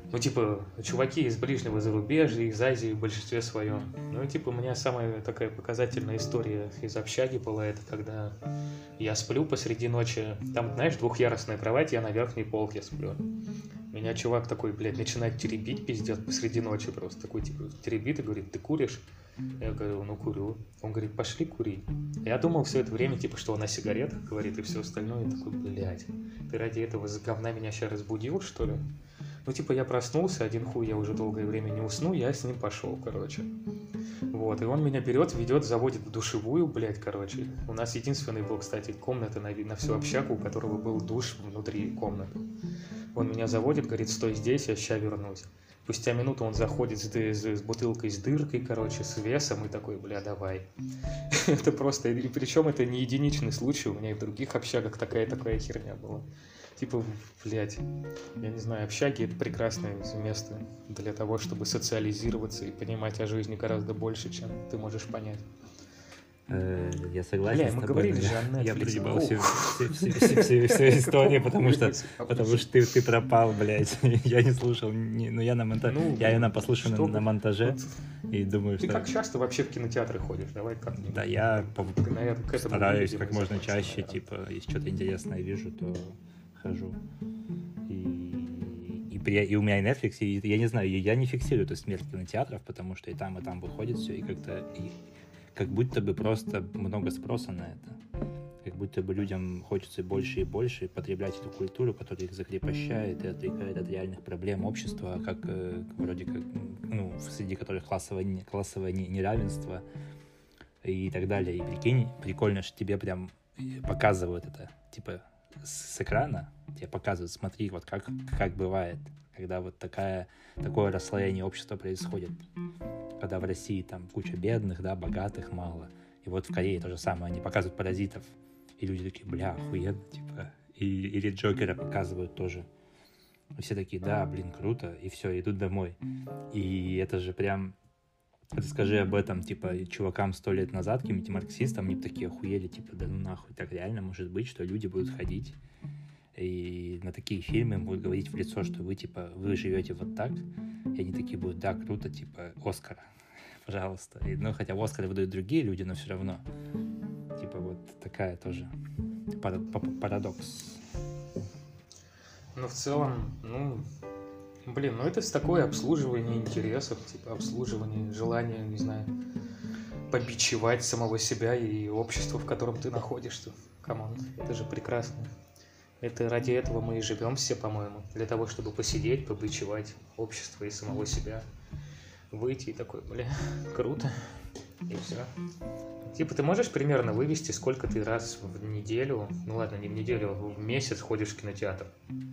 Ну, типа, чуваки из ближнего зарубежья, из Азии в большинстве своем. Ну, и, типа, у меня самая такая показательная история из общаги была, это когда я сплю посреди ночи. Там, знаешь, двухъярусная кровать, я на верхней полке сплю. Меня чувак такой, блядь, начинает теребить, пиздец, посреди ночи просто. Такой, типа, теребит и говорит, ты куришь? Я говорю, ну, курю. Он говорит, пошли кури. Я думал все это время, типа, что он о сигаретах говорит и все остальное. Я такой, блядь, ты ради этого за говна меня сейчас разбудил, что ли? Ну, типа, я проснулся, один хуй, я уже долгое время не усну, я с ним пошел, короче. Вот, и он меня берет, ведет, заводит в душевую, блядь, короче. У нас единственный был, кстати, комната на, на всю общагу, у которого был душ внутри комнаты. Он меня заводит, говорит, стой здесь, я ща вернусь. Спустя минуту он заходит с, с, с бутылкой с дыркой, короче, с весом, и такой, бля, давай. Это просто, и причем это не единичный случай, у меня и в других общагах такая-такая херня была. Типа, блядь, я не знаю, общаги — это прекрасное место для того, чтобы социализироваться и понимать о жизни гораздо больше, чем ты можешь понять. Я согласен Бля, с мы тобой. говорили же о Netflix. Я проебал всю, всю, всю, всю, всю, всю историю, потому что, потому что ты, ты пропал, блядь. Я не слушал, не, ну я на монтаже, ну, я ее послушал на, на монтаже и думаю, ты что... Ты как часто вообще в кинотеатры ходишь? Давай как-нибудь. Да, я по... наверное, стараюсь как можно чаще, наверное. Типа, если что-то интересное вижу, то хожу. И, и, при... и у меня и Netflix, и я не знаю, я не фиксирую эту смерть кинотеатров, потому что и там, и там выходит все, и как-то... И... как будто бы просто много спроса на это. Как будто бы людям хочется больше и больше потреблять эту культуру, которая их закрепощает и отвлекает от реальных проблем общества, как вроде как, ну, среди которых классовое, классовое неравенство и так далее. И прикинь, прикольно, что тебе прям показывают это, типа, с экрана, тебе показывают, смотри, вот как, как бывает, когда вот такая, такое расслоение общества происходит. Когда в России там куча бедных, да, богатых мало. И вот в Корее то же самое, они показывают паразитов. И люди такие, бля, охуенно, типа. И, или Джокера показывают тоже. И все такие, да, блин, круто. И все, идут домой. И это же прям... Расскажи об этом, типа, чувакам сто лет назад, каким-нибудь марксистам, они бы такие охуели, типа, да ну нахуй, так реально может быть, что люди будут ходить и на такие фильмы будут говорить в лицо, что вы, типа, вы живете вот так, и они такие будут, да, круто, типа, Оскар, пожалуйста. И, ну, хотя Оскар выдают другие люди, но все равно. Типа, вот такая тоже парадокс. Ну, в целом, ну, блин, ну это такое обслуживание интересов, типа, обслуживание желания, не знаю, побичевать самого себя и общество, в котором ты находишься. Камон, это же прекрасно. Это ради этого мы и живем все, по-моему. Для того, чтобы посидеть, побичевать общество и самого себя. Выйти и такой, бля, круто. И все. Типа, ты можешь примерно вывести, сколько ты раз в неделю, ну ладно, не в неделю, в месяц ходишь в кинотеатр?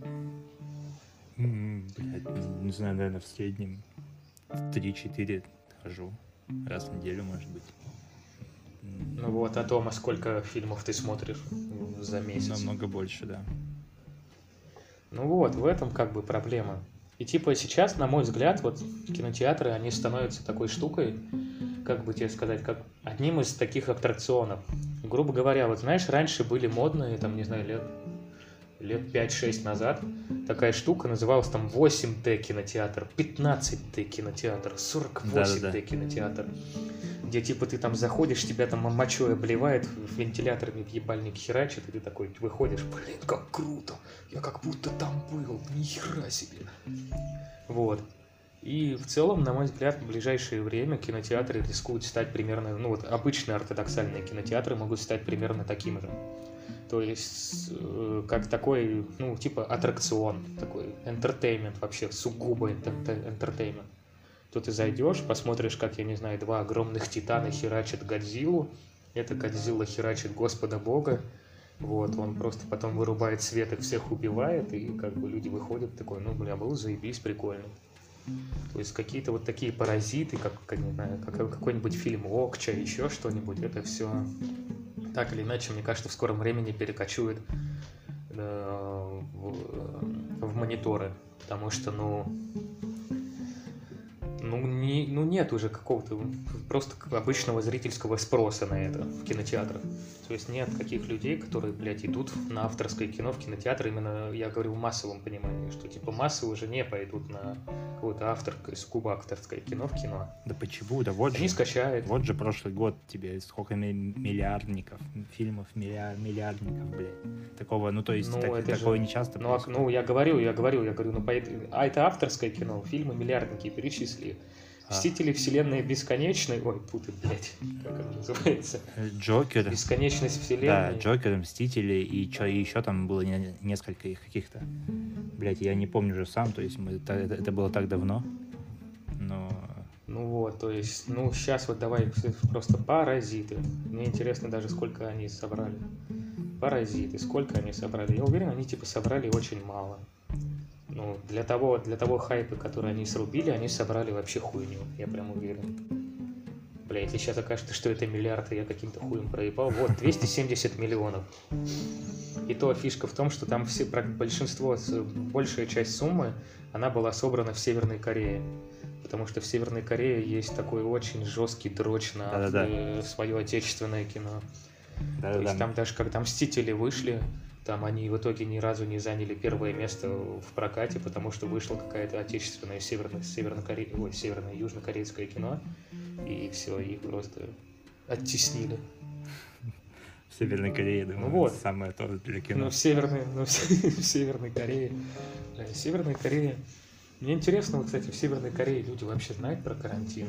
Mm, блядь, не знаю, наверное, в среднем три-четыре хожу. Раз в неделю, может быть. Ну вот, а дома сколько фильмов ты смотришь за месяц? Намного больше, да. Ну вот, в этом как бы проблема. И типа сейчас, на мой взгляд, вот кинотеатры, они становятся такой штукой, как бы тебе сказать, как одним из таких аттракционов. Грубо говоря, вот знаешь, раньше были модные, там, не знаю, лет, лет пять-шесть назад, такая штука называлась там восемь дэ кинотеатр, пятнадцать дэ кинотеатр, сорок восемь дэ кинотеатр. Где типа ты там заходишь, тебя там мочой обливает, вентиляторами в ебальник херачит, и ты такой выходишь, блин, как круто, я как будто там был, нихера себе. Вот. И в целом, на мой взгляд, в ближайшее время кинотеатры рискуют стать примерно, ну вот обычные ортодоксальные кинотеатры могут стать примерно таким же. То есть, э, как такой, ну, типа аттракцион, такой entertainment вообще, сугубо entertainment. То ты зайдешь, посмотришь, как, я не знаю, два огромных титана херачат Годзиллу. Это Годзилла херачит Господа Бога. Вот, он просто потом вырубает свет, их всех убивает, и как бы люди выходят такой, ну, бля, был заебись, прикольно. То есть какие-то вот такие паразиты, как, как не знаю, как какой-нибудь фильм Окча, еще что-нибудь, это все так или иначе, мне кажется, в скором времени перекочует э, в, в мониторы. Потому что, ну... Ну, не, ну нет уже какого-то просто обычного зрительского спроса на это в кинотеатрах. То есть нет таких людей, которые, блядь, идут на авторское кино в кинотеатр, именно, я говорю, в массовом понимании, что, типа, массы уже не пойдут на какое-то авторское, сугубо авторское кино в кино. Да почему? Да вот Они же, скачают. вот же прошлый год тебе сколько ми- миллиардников, фильмов, миллиар, миллиардников, блядь. Такого, ну, то есть, Ну, так- это такое же- не часто Ну, а- происходит. ну, я говорю, я говорю, я говорю, ну, по... а это авторское кино, фильмы миллиардники перечисли. А. Мстители вселенной бесконечной, ой, путы, блядь, как это называется? Джокер. Бесконечность Да, вселенной. Джокер, Мстители и что еще там было не- несколько их каких-то. Блять, я не помню уже сам, то есть мы, это, это- это было так давно. Но Ну вот, то есть, ну, сейчас вот давай просто паразиты. Мне интересно даже, сколько они собрали. Паразиты, сколько они собрали. Я уверен, они типа собрали очень мало. Ну, для того, для того хайпа, который они срубили, они собрали вообще хуйню. Я прям уверен. Бля, если сейчас окажется, что это миллиард, и я каким-то хуем проебал. Вот, двести семьдесят миллионов. И то фишка в том, что там все, большинство, большая часть суммы, она была собрана в Северной Корее. Потому что в Северной Корее есть такой очень жесткий дрочь на Да-да-да. свое отечественное кино. да, То да, есть там даже когда «Мстители» вышли, там они в итоге ни разу не заняли первое место в прокате, потому что вышло какая-то отечественное северно- севернокоре... Ой, северное южнокорейское кино, и все, их просто оттеснили. в Северной Корее, думаю, Ну вот. самое то для Ну, кино. в Северной, ну, в Северной Корее. Бля, Северная Корея. Мне интересно, вот, кстати, в Северной Корее люди вообще знают про карантин?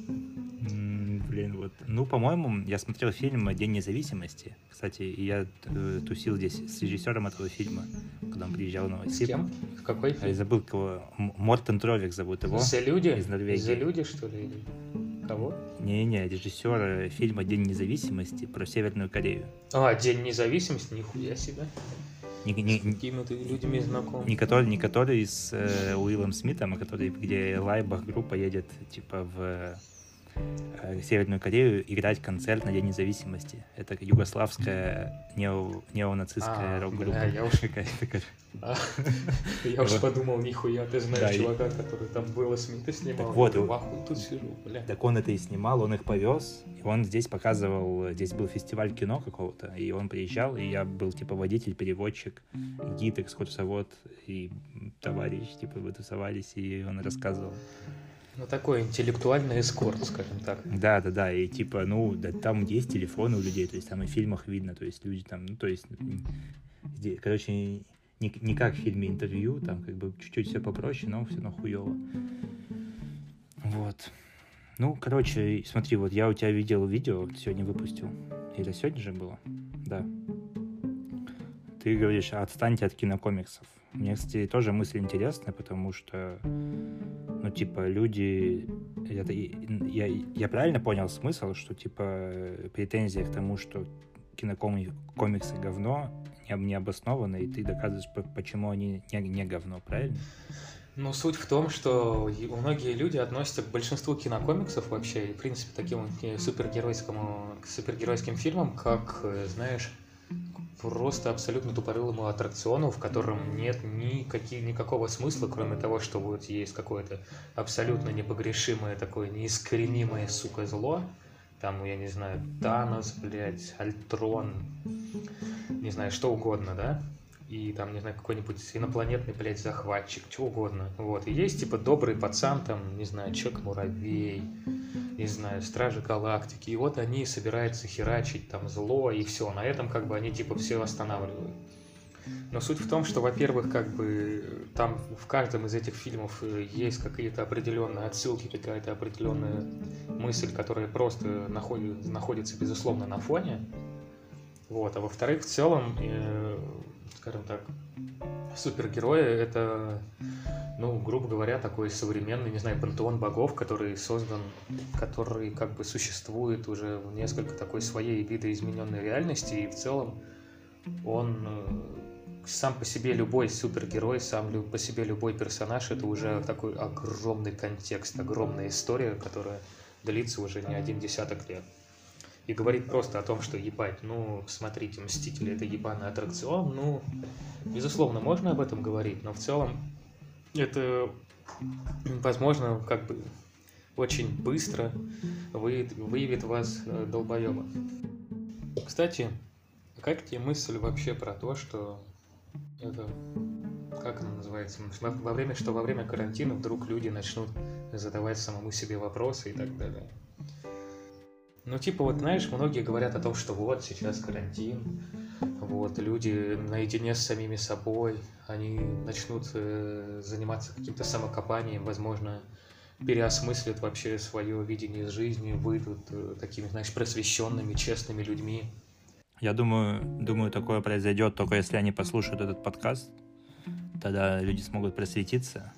М, Блин, вот. Ну, по-моему, я смотрел фильм «День независимости». Кстати, и я э, тусил здесь с режиссером этого фильма, когда он приезжал в С Новосиб. кем? В какой Я фильм? забыл, кого. М- Мортен Тровик зовут его. За люди? из Норвегии. За люди, что ли? Или кого? Не-не, режиссер э, фильма «День независимости» про Северную Корею. А, День независимости, нихуя себе. Не, не- С какими ты людьми знаком? не который, не который с э, Уиллом Смитом, а который, где Лайбах группа едет типа в э, Северную Корею играть концерт на День независимости. Это югославская нео, неонацистская А, рок-группа. бля, я уж- какая-то, короче. А, Я уж подумал, нихуя, ты знаешь Да, и- чувака, который там Уилла Смита снимал. Так вот, Я и- в ахуе тут сижу, бля. Так он это и снимал, он их повез, и он здесь показывал, здесь был фестиваль кино какого-то, и он приезжал, и я был типа водитель, переводчик, гид, экскурсовод, и товарищ, типа, вы тусовались, и он рассказывал. Ну, такой интеллектуальный эскорт, скажем так. Да, да, да, и типа, ну, да, там есть телефоны у людей, то есть там и в фильмах видно, то есть люди там, ну, то есть, м, здесь, короче, не, не как в фильме «Интервью», там как бы чуть-чуть все попроще, но все равно хуёво. Вот. Ну, короче, смотри, вот я у тебя видел видео, сегодня выпустил. Или сегодня же было? Да. Ты говоришь, отстаньте от кинокомиксов. Мне, кстати, тоже мысль интересная, потому что, ну, типа, люди... Это, я, я правильно понял смысл, что, типа, претензия к тому, что кинокомиксы говно, не, не обоснованы, и ты доказываешь, по- почему они не, не говно, правильно? Ну, суть в том, что и- многие люди относятся к большинству кинокомиксов вообще, и, в принципе, таким э, супергеройскому, к супергеройским фильмам, как, э, знаешь, просто абсолютно тупорылому аттракциону, в котором нет никаких, никакого смысла, кроме того, что вот есть какое-то абсолютно непогрешимое такое неискоренимое, сука, зло. Там, я не знаю, Танос, блядь, Альтрон, не знаю, что угодно, да? И там, не знаю, какой-нибудь инопланетный, блядь, захватчик, что угодно. Вот. И есть, типа, добрый пацан, там, не знаю, Человек-муравей, не знаю, Стражи Галактики. И вот они собираются херачить там зло, и все. На этом, как бы, они, типа, все останавливают. Но суть в том, что, во-первых, как бы, там в каждом из этих фильмов есть какие-то определенные отсылки, какая-то определенная мысль, которая просто находит, находится, безусловно, на фоне. Вот. А во-вторых, в целом, э, скажем так, супергерои — это, ну, грубо говоря, такой современный, не знаю, пантеон богов, который создан, который как бы существует уже в несколько такой своей видоизмененной реальности, и в целом он э, сам по себе любой супергерой, сам лю- по себе любой персонаж — это уже такой огромный контекст, огромная история, которая длится уже не один десяток лет. И говорит просто о том, что, ебать, ну, смотрите, Мстители — это ебаный аттракцион, ну, безусловно, можно об этом говорить, но в целом это, возможно, как бы очень быстро вы- выявит вас э, долбоеба. Кстати, Как тебе мысль вообще про то, что это, как она называется, во во время, что во время карантина вдруг люди начнут задавать самому себе вопросы и так далее? Ну, типа, вот, знаешь, многие говорят о том, что вот, сейчас карантин, вот, люди наедине с самими собой, они начнут э, заниматься каким-то самокопанием, возможно, переосмыслят вообще свое видение жизни, выйдут э, такими, знаешь, просвещенными, честными людьми. Я думаю, думаю, такое произойдет только если они послушают этот подкаст. Тогда люди смогут просветиться.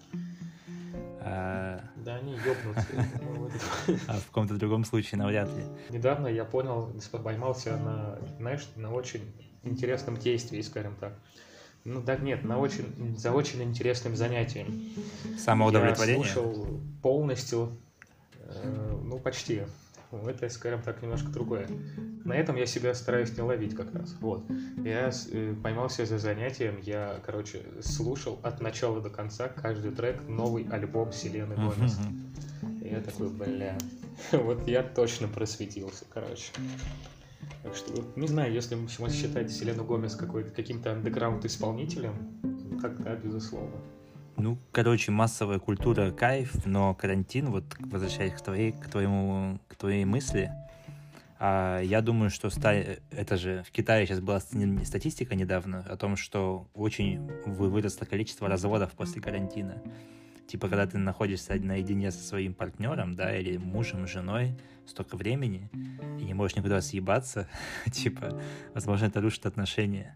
А, Да, они ёбнутся. а в каком-то другом случае навряд ли. Недавно я понял, поймался на, знаешь, на очень интересном действии, скажем так. Ну да нет, на очень, за очень интересным занятием. Самоудовлетворение? Я слушал полностью, э, ну почти. Это, скажем так, немножко другое. На этом я себя стараюсь не ловить как раз. Вот. Я э, поймался за занятием, я, короче, слушал от начала до конца каждый трек, новый альбом Селены Гомес. И я такой, бля, вот я точно просветился, короче. Так что, не знаю, если мы считать Селену Гомес какой-то, каким-то андеграунд-исполнителем, тогда, безусловно. Ну, короче, массовая культура кайф, но карантин, вот возвращаясь к твоей, к твоему, к твоей мысли, а, я думаю, что ста... это же в Китае сейчас была статистика недавно о том, что очень выросло количество разводов после карантина. Типа, когда ты находишься наедине со своим партнером, да, или мужем, женой, столько времени, и не можешь никуда съебаться, типа, возможно, это рушит отношения.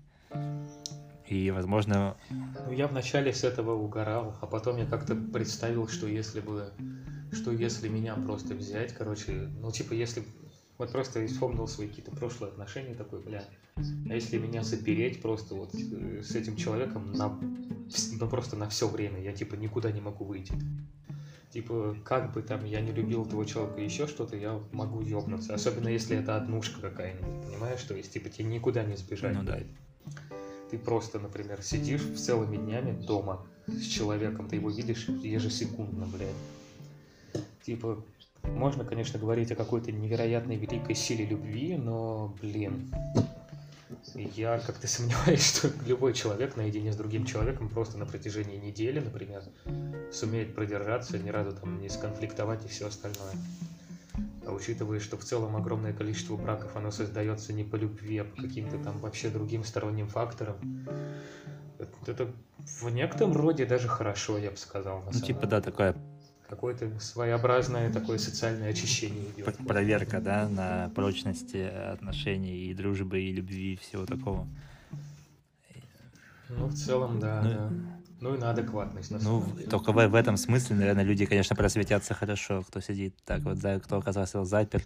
И, возможно... Ну, я вначале с этого угорал, а потом я как-то представил, что если бы... Что если меня просто взять, короче... Ну, типа, если... Вот просто вспомнил свои какие-то прошлые отношения, такой, бля... А если меня запереть просто вот с этим человеком на... Ну, просто на все время, я, типа, никуда не могу выйти. Типа, как бы там я не любил этого человека, еще что-то, я могу ёбнуться. Особенно, если это однушка какая-нибудь, понимаешь? То есть, типа, тебе никуда не сбежать, ну, да. Ты просто, например, сидишь целыми днями дома с человеком, ты его видишь ежесекундно, блядь. Типа, можно, конечно, говорить о какой-то невероятной великой силе любви, но, блин, я как-то сомневаюсь, что любой человек наедине с другим человеком просто на протяжении недели, например, сумеет продержаться, ни разу там не сконфликтовать и все остальное. А учитывая, что в целом огромное количество браков, оно создается не по любви, а по каким-то там вообще другим сторонним факторам, это, это в некотором роде даже хорошо, я бы сказал. На ну, самом типа, деле. да, такое... Какое-то своеобразное такое социальное очищение идет. Проверка, да, на прочности отношений и дружбы, и любви, и всего такого. Ну, в целом, да, ну, да. Ну и на адекватность, на Ну, самом деле. только в, в этом смысле, наверное, люди, конечно, просветятся хорошо, кто сидит так вот, за, кто оказался заперт.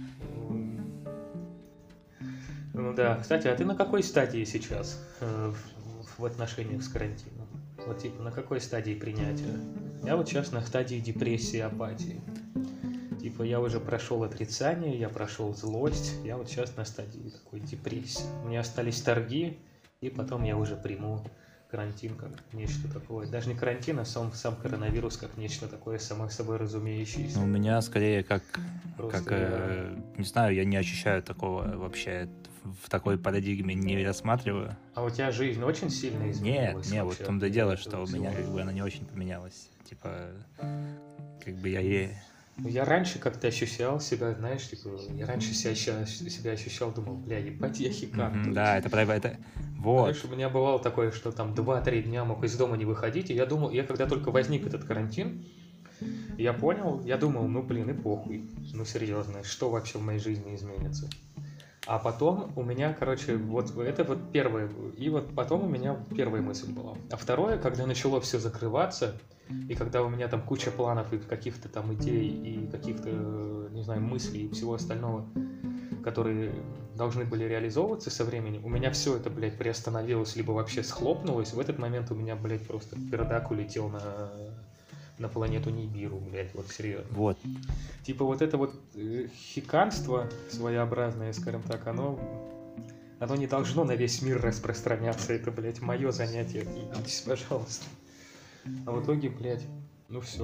Ну да. Кстати, а ты на какой стадии сейчас э, в, в отношениях с карантином? Вот типа на какой стадии принятия? Я вот сейчас на стадии депрессии, апатии. Типа я уже прошел отрицание, я прошел злость, я вот сейчас на стадии такой депрессии. У меня остались торги, и потом я уже приму карантин как нечто такое. Даже не карантин, а сам, сам коронавирус как нечто такое само собой разумеющееся. Ну, у меня скорее как, Просто как э, не знаю, я не ощущаю такого вообще, в такой парадигме не рассматриваю. А у тебя жизнь очень сильно изменилась? Нет, нет, вот в том-то и дело, что у меня как бы она не очень поменялась. Типа, как бы я ей... Я раньше как-то ощущал себя, знаешь, типа, я раньше себя, себя ощущал, думал, бля, ебать, я хикан. Mm-hmm, да, это правда, это... Вот. Знаешь, у меня бывало такое, что там два-три дня мог из дома не выходить, и я думал, я когда только возник этот карантин, я понял, я думал, ну, блин, и похуй, ну, серьезно, что вообще в моей жизни изменится. А потом у меня, короче, вот это вот первое, и вот потом у меня первая мысль была. А второе, когда начало все закрываться, и когда у меня там куча планов и каких-то там идей, и каких-то, не знаю, мыслей и всего остального, которые должны были реализовываться со временем, у меня все это, блядь, приостановилось, либо вообще схлопнулось. В этот момент у меня, блядь, просто пердак улетел на, на планету Нибиру, блядь, вот серьезно. Вот. Типа вот это вот э, хиканство своеобразное, скажем так, оно, оно не должно на весь мир распространяться. Это, блядь, мое занятие. Идите, пожалуйста. А в итоге, блядь, ну все.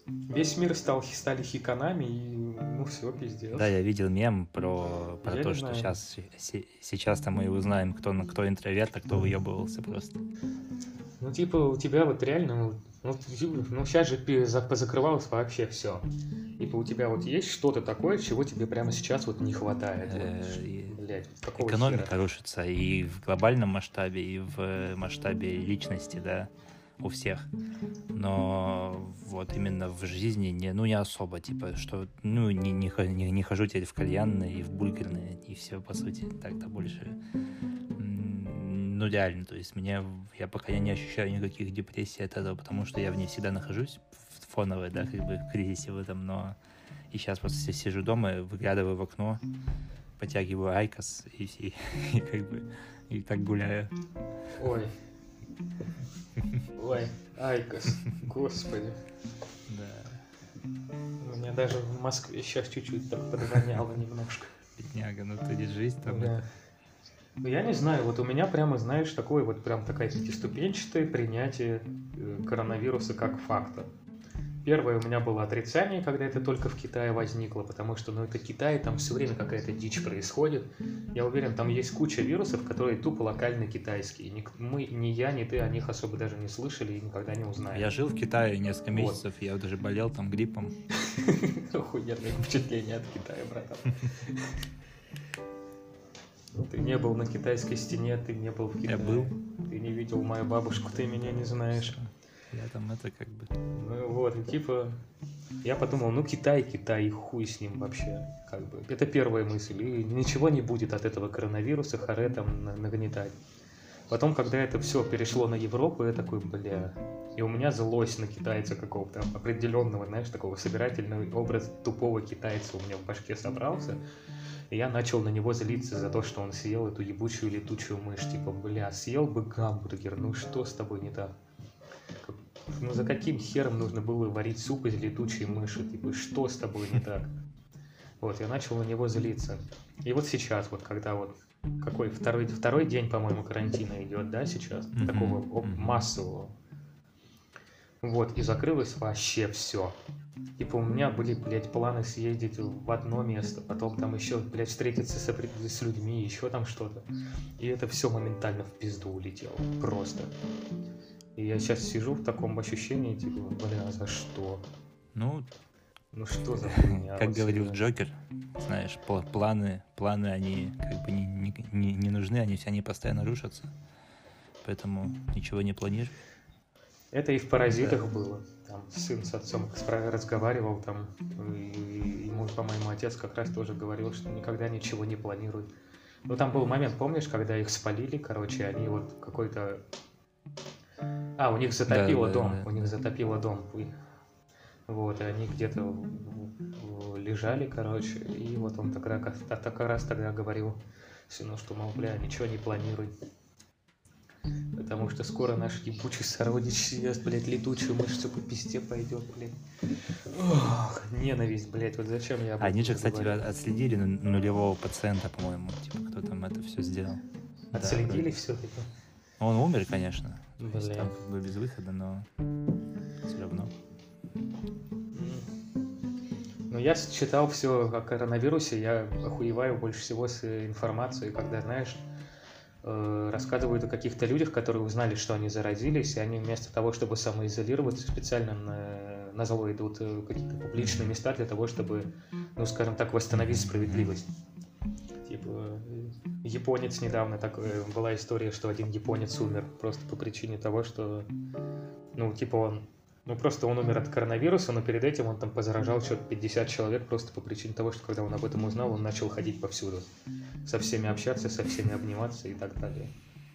Весь мир стал, стали хиканами, и ну все, пиздец. Да, я видел мем про, про Я то, не что знаю. сейчас, сейчас-то мы узнаем, кто, кто интроверт, а кто выебывался просто. Ну, типа, у тебя вот реально, ну, ну сейчас же позакрывалось вообще все. Типа, у тебя вот есть что-то такое, чего тебе прямо сейчас вот не хватает? Вот, блядь, какого Экономика хера? рушится и в глобальном масштабе, и в масштабе личности, да, у всех. Но вот именно в жизни не, ну, не особо, типа, что, ну, не, не, не, не хожу теперь в кальянные и в бургерные, и все, по сути, так-то больше. Ну, реально, то есть мне, я пока я не ощущаю никаких депрессий от этого, потому что я в ней всегда нахожусь, в фоновой, да, как бы в кризисе в этом, но и сейчас просто сижу дома, выглядываю в окно, потягиваю айкос и, и, и как бы и так гуляю. Ой. Ой, айкос, господи. Да. У меня даже в Москве сейчас чуть-чуть так подгоняло немножко. Бедняга, ну ты держись там. Да. Ну, я не знаю, вот у меня прямо, знаешь, такое вот прям такая пятиступенчатое принятие коронавируса как факта. Первое у меня было отрицание, когда это только в Китае возникло, потому что, ну, это Китай, там все время какая-то дичь происходит. Я уверен, там есть куча вирусов, которые тупо локально китайские. Ни мы, ни я, ни ты о них особо даже не слышали и никогда не узнаем. Я жил в Китае несколько месяцев, вот. Я даже болел там гриппом. Охуенное впечатление от Китая, братан. Ты не был на китайской стене, ты не был в Китае. Я был. Ты не видел мою бабушку, ты меня не знаешь. Я там это как бы... Ну вот, и типа... Я подумал, ну Китай, Китай, и хуй с ним вообще. Как бы. Это первая мысль. И ничего не будет от этого коронавируса, харе там нагнетать. Потом, когда это все перешло на Европу, я такой, бля... И у меня злость на китайца какого-то определенного, знаешь, такого собирательного образа тупого китайца у меня в башке собрался. И я начал на него злиться за то, что он съел эту ебучую летучую мышь. Типа, бля, съел бы гамбургер, ну что с тобой не так? Ну за каким хером нужно было варить суп из летучей мыши? Типа, что с тобой не так? Вот, я начал на него злиться. И вот сейчас, вот когда вот какой второй, второй день, по-моему, карантина идет, да, сейчас? Mm-hmm. Такого mm-hmm. массового. Вот, и закрылось вообще все. Типа у меня были, блядь, планы съездить в одно место, потом там еще, блядь, встретиться с, с людьми, еще там что-то. И это все моментально в пизду улетело. Просто. И я сейчас сижу в таком ощущении, типа, бля, за что? Ну, ну что за хуйня? Как говорил Джокер, знаешь, планы, планы, они как бы не, не, не нужны, они все они постоянно рушатся. Поэтому ничего не планируй. Это и в «Паразитах» да. было. Там сын с отцом разговаривал, там, и ему, по-моему, отец как раз тоже говорил, что никогда ничего не планируй. Ну, там был момент, помнишь, когда их спалили, короче, они вот какой-то... А, у них затопило да, дом, да, да. у них затопило дом. Вот, и они где-то лежали, короче, и вот он тогда, как раз тогда говорил сыну, что, мол, бля, ничего не планируй. Потому что скоро наш ебучий сородич съест, блядь, летучую мышцу по пизде пойдет, блядь. Ох, ненависть, блядь, вот зачем я об этом Они же, кстати, говорю? Отследили нулевого пациента, по-моему, типа, кто там это все сделал. Отследили да, все-таки? Он умер, конечно. Блин. То есть, там как бы без выхода, но все равно. Ну, я читал все о коронавирусе, я охуеваю больше всего с информацией, когда, знаешь, рассказывают о каких-то людях, которые узнали, что они заразились, и они вместо того, чтобы самоизолироваться, специально на, на зло идут в какие-то публичные места для того, чтобы, ну, скажем так, восстановить справедливость. Типа, японец недавно, так, была история, что один японец умер просто по причине того, что, ну, типа он, ну, просто он умер от коронавируса, но перед этим он там позаражал что-то пятьдесят человек просто по причине того, что когда он об этом узнал, он начал ходить повсюду. Со всеми общаться, со всеми обниматься и так далее.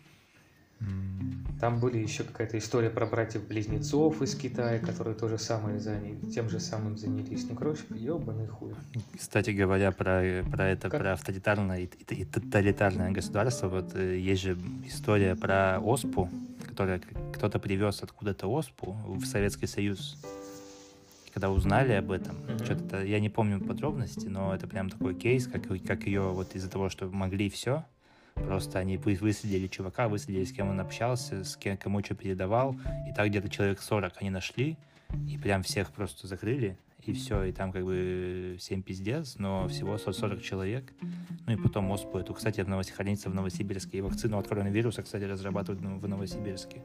Там были еще какая-то история про братьев-близнецов из Китая, которые тоже самое заняли, тем же самым занялись. Ну, короче, ебаный хуй. Кстати говоря, про, про это, как? про авторитарное и, и, и тоталитарное государство, вот есть же история про оспу, которая кто-то привез откуда-то оспу в Советский Союз. Когда узнали об этом, mm-hmm. что-то я не помню подробности, но это прям такой кейс, как, как ее вот из-за того, что могли все, просто они выследили чувака, выследили, с кем он общался, с кем, кому что передавал, и так где-то человек сорок они нашли, и прям всех просто закрыли, и все, и там как бы всем пиздец, но всего сто сорок человек. Ну и потом оспу эту, кстати, в Новосибирске, хранится в Новосибирске, и вакцину от коронавируса, кстати, разрабатывают в Новосибирске.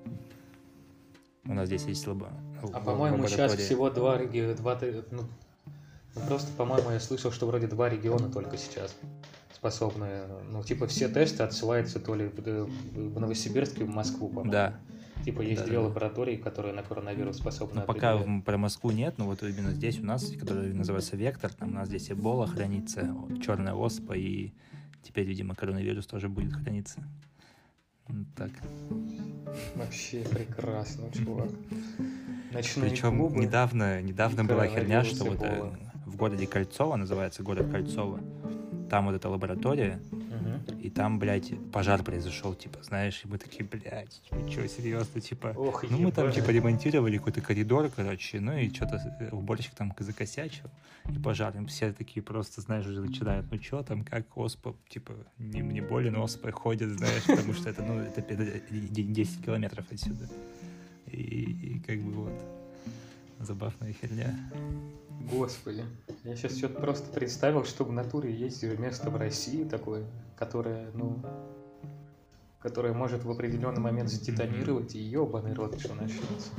У нас здесь есть лабо... А по-моему, сейчас всего два региона, два, ну, ну, просто, по-моему, я слышал, что вроде два региона только сейчас способны, ну, типа, все тесты отсылаются то ли в Новосибирск и в Москву, по-моему. Да. Типа, есть да, две да. лаборатории, которые на коронавирус способны. Ну, пока в, про Москву нет, но вот именно здесь у нас, который называется Вектор, там у нас здесь Эбола хранится, черная оспа, и теперь, видимо, коронавирус тоже будет храниться. Вот так. Вообще прекрасно, чувак. Ночные Причем клубы недавно, недавно была херня, что вот Эбола. в городе Кольцово, называется город Кольцово, там вот эта лаборатория, Угу. и там, блядь, пожар произошел, типа, знаешь, и мы такие, блядь, вы чё, серьезно, типа, Ох, ну мы там, ебать. типа, ремонтировали какой-то коридор, короче, ну и что-то уборщик там закосячил, и пожар, и все такие просто, знаешь, уже начинают, ну чё там, как оспа, типа, не, не болен оспой ходит, знаешь, потому что это, ну, это десять километров отсюда, и, и как бы вот, забавная херня. Господи, я сейчас что-то просто представил, что в натуре есть место в России такое, которое, ну, которое может в определенный момент затитанировать, и ебаный рот, что начнется.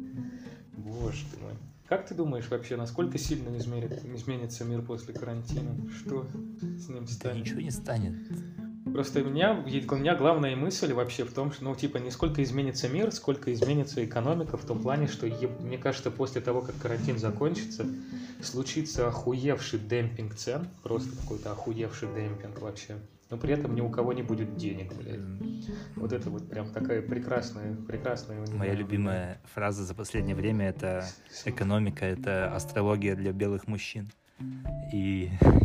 Боже ты мой. Как ты думаешь вообще, насколько сильно измерит, изменится мир после карантина? Что с ним Да станет? ничего не станет. Просто у меня, у меня главная мысль вообще в том, что, ну, типа, не сколько изменится мир, сколько изменится экономика, в том плане, что, еб, мне кажется, после того, как карантин закончится, случится охуевший демпинг цен, просто какой-то охуевший демпинг вообще, но при этом ни у кого не будет денег, блядь. Вот это вот прям такая прекрасная, прекрасная... Моя любимая фраза за последнее время — это экономика — это астрология для белых мужчин. И...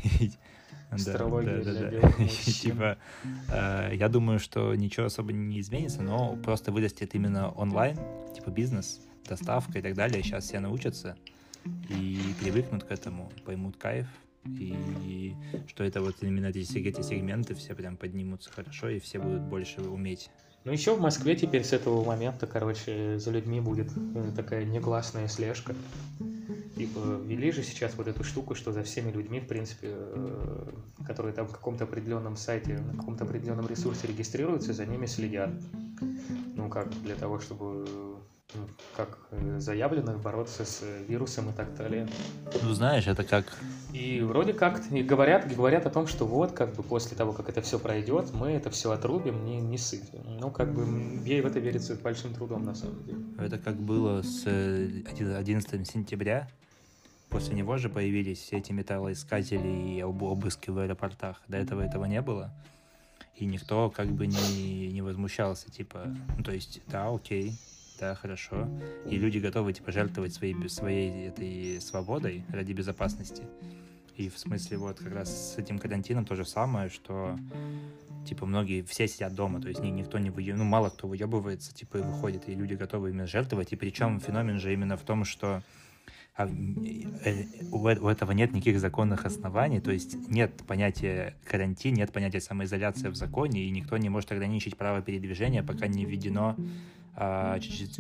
Астрология да, да, для да, белых да. мужчин. Типа, э, я думаю, что ничего особо не изменится, но просто вырастет именно онлайн, типа бизнес, доставка и так далее. Сейчас все научатся и привыкнут к этому, поймут кайф, и что это вот именно эти, эти сегменты все прям поднимутся хорошо, и все будут больше уметь. Ну, еще в Москве теперь с этого момента, короче, за людьми будет э, такая негласная слежка. Типа, ввели же сейчас вот эту штуку, что за всеми людьми, в принципе, э, которые там в каком-то определенном сайте, на каком-то определенном ресурсе регистрируются, за ними следят. Ну, как для того, чтобы, ну, как э, заявлено, бороться с вирусом и так далее. Ну, знаешь, это как... И вроде как и говорят, говорят о том, что вот, как бы после того, как это все пройдет, мы это все отрубим, не, не сыть. Ну, как бы, ей в это верится с большим трудом, на самом деле. Это как было с одиннадцатого сентября. После него же появились все эти металлоискатели и об- обыски в аэропортах. До этого этого не было. И никто как бы не, не возмущался, типа, ну, то есть, да, окей, да, хорошо. И люди готовы, типа, жертвовать своей, своей этой свободой ради безопасности. И в смысле, вот как раз с этим карантином то же самое, что, типа, многие, все сидят дома, то есть ни, никто не выебывается, ну, мало кто выебывается, типа, и выходит, и люди готовы именно жертвовать. И причем феномен же именно в том, что а у этого нет никаких законных оснований, то есть нет понятия карантин, нет понятия самоизоляции в законе, и никто не может ограничить право передвижения, пока не введено а,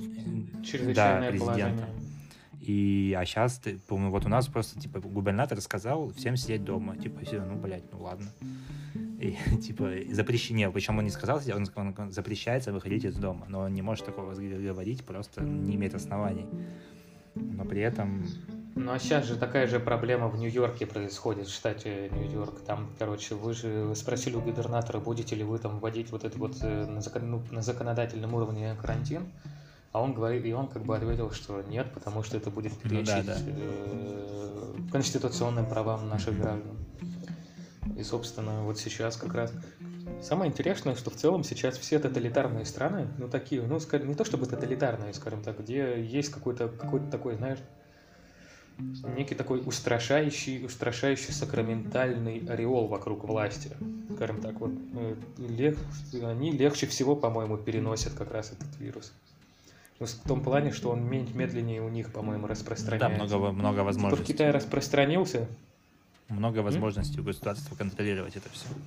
да, президентом. И, а сейчас, ты, помню, вот у нас просто, типа, губернатор сказал всем сидеть дома. Типа, все, ну, блядь, ну ладно. И, типа, запрещение, причем он не сказал, он, он запрещается выходить из дома, но он не может такого говорить, просто не имеет оснований. Но при этом... Ну, а сейчас же такая же проблема в Нью-Йорке происходит, в штате Нью-Йорк. Там, короче, вы же спросили у губернатора, будете ли вы там вводить вот это вот на, закон, ну, на законодательном уровне карантин, а он говорит, и он как бы ответил, что нет, потому что это будет перечить ну, да, да. э, конституционным правам наших граждан. И, собственно, вот сейчас как раз... Самое интересное, что в целом сейчас все тоталитарные страны, ну, такие, ну, скажем, не то чтобы тоталитарные, скажем так, где есть какой-то, какой-то такой, знаешь, некий такой устрашающий, устрашающий сакраментальный ореол вокруг власти, скажем так, вот, лег, они легче всего, по-моему, переносят как раз этот вирус. Ну, в том плане, что он медленнее у них, по-моему, распространяется. Да, много, много возможностей. Типа в Китае распространился. Много возможностей М? у государства контролировать это все.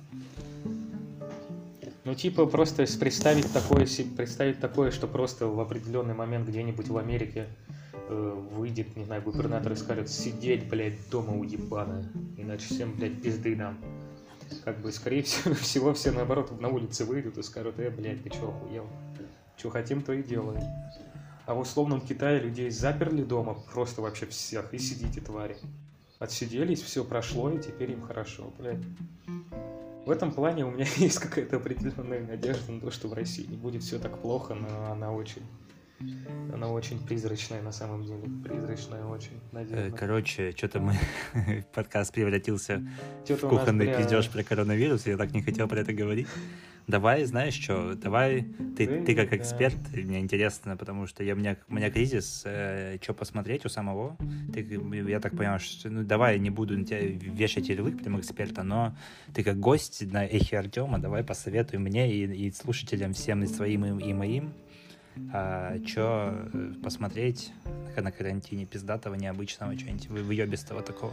Ну, типа, просто представить такое, представить такое, что просто в определенный момент где-нибудь в Америке э, выйдет, не знаю, губернатор и скажет: сидеть, блядь, дома уебаны, иначе всем, блядь, пизды дам. Как бы, скорее всего, всего все, наоборот, на улице выйдут и скажут: э, блядь, ты чё, охуел? Чё хотим, то и делаем. А в условном Китае людей заперли дома, просто вообще всех, и сидите, твари. Отсиделись, все прошло, и теперь им хорошо, блядь. В этом плане у меня есть какая-то определенная надежда на то, что в России не будет все так плохо, но она очень... Она очень призрачная на самом деле. Призрачная очень, надежда. Короче, что-то мы... подкаст превратился Что-то в кухонный бля... пиздеж про коронавирус. Я так не хотел про это говорить. Давай, знаешь что, давай, ты, да, ты как да. эксперт, мне интересно, потому что я, у, меня, у меня кризис, э, что посмотреть у самого. Ты, я так понял, что ну, давай не буду на тебя вешать ярлык прям эксперта, но ты как гость на Эхе Артема, давай посоветуй мне и, и слушателям всем и своим, и, и моим, а, что посмотреть на карантине пиздатого, необычного, что-нибудь выебистого такого.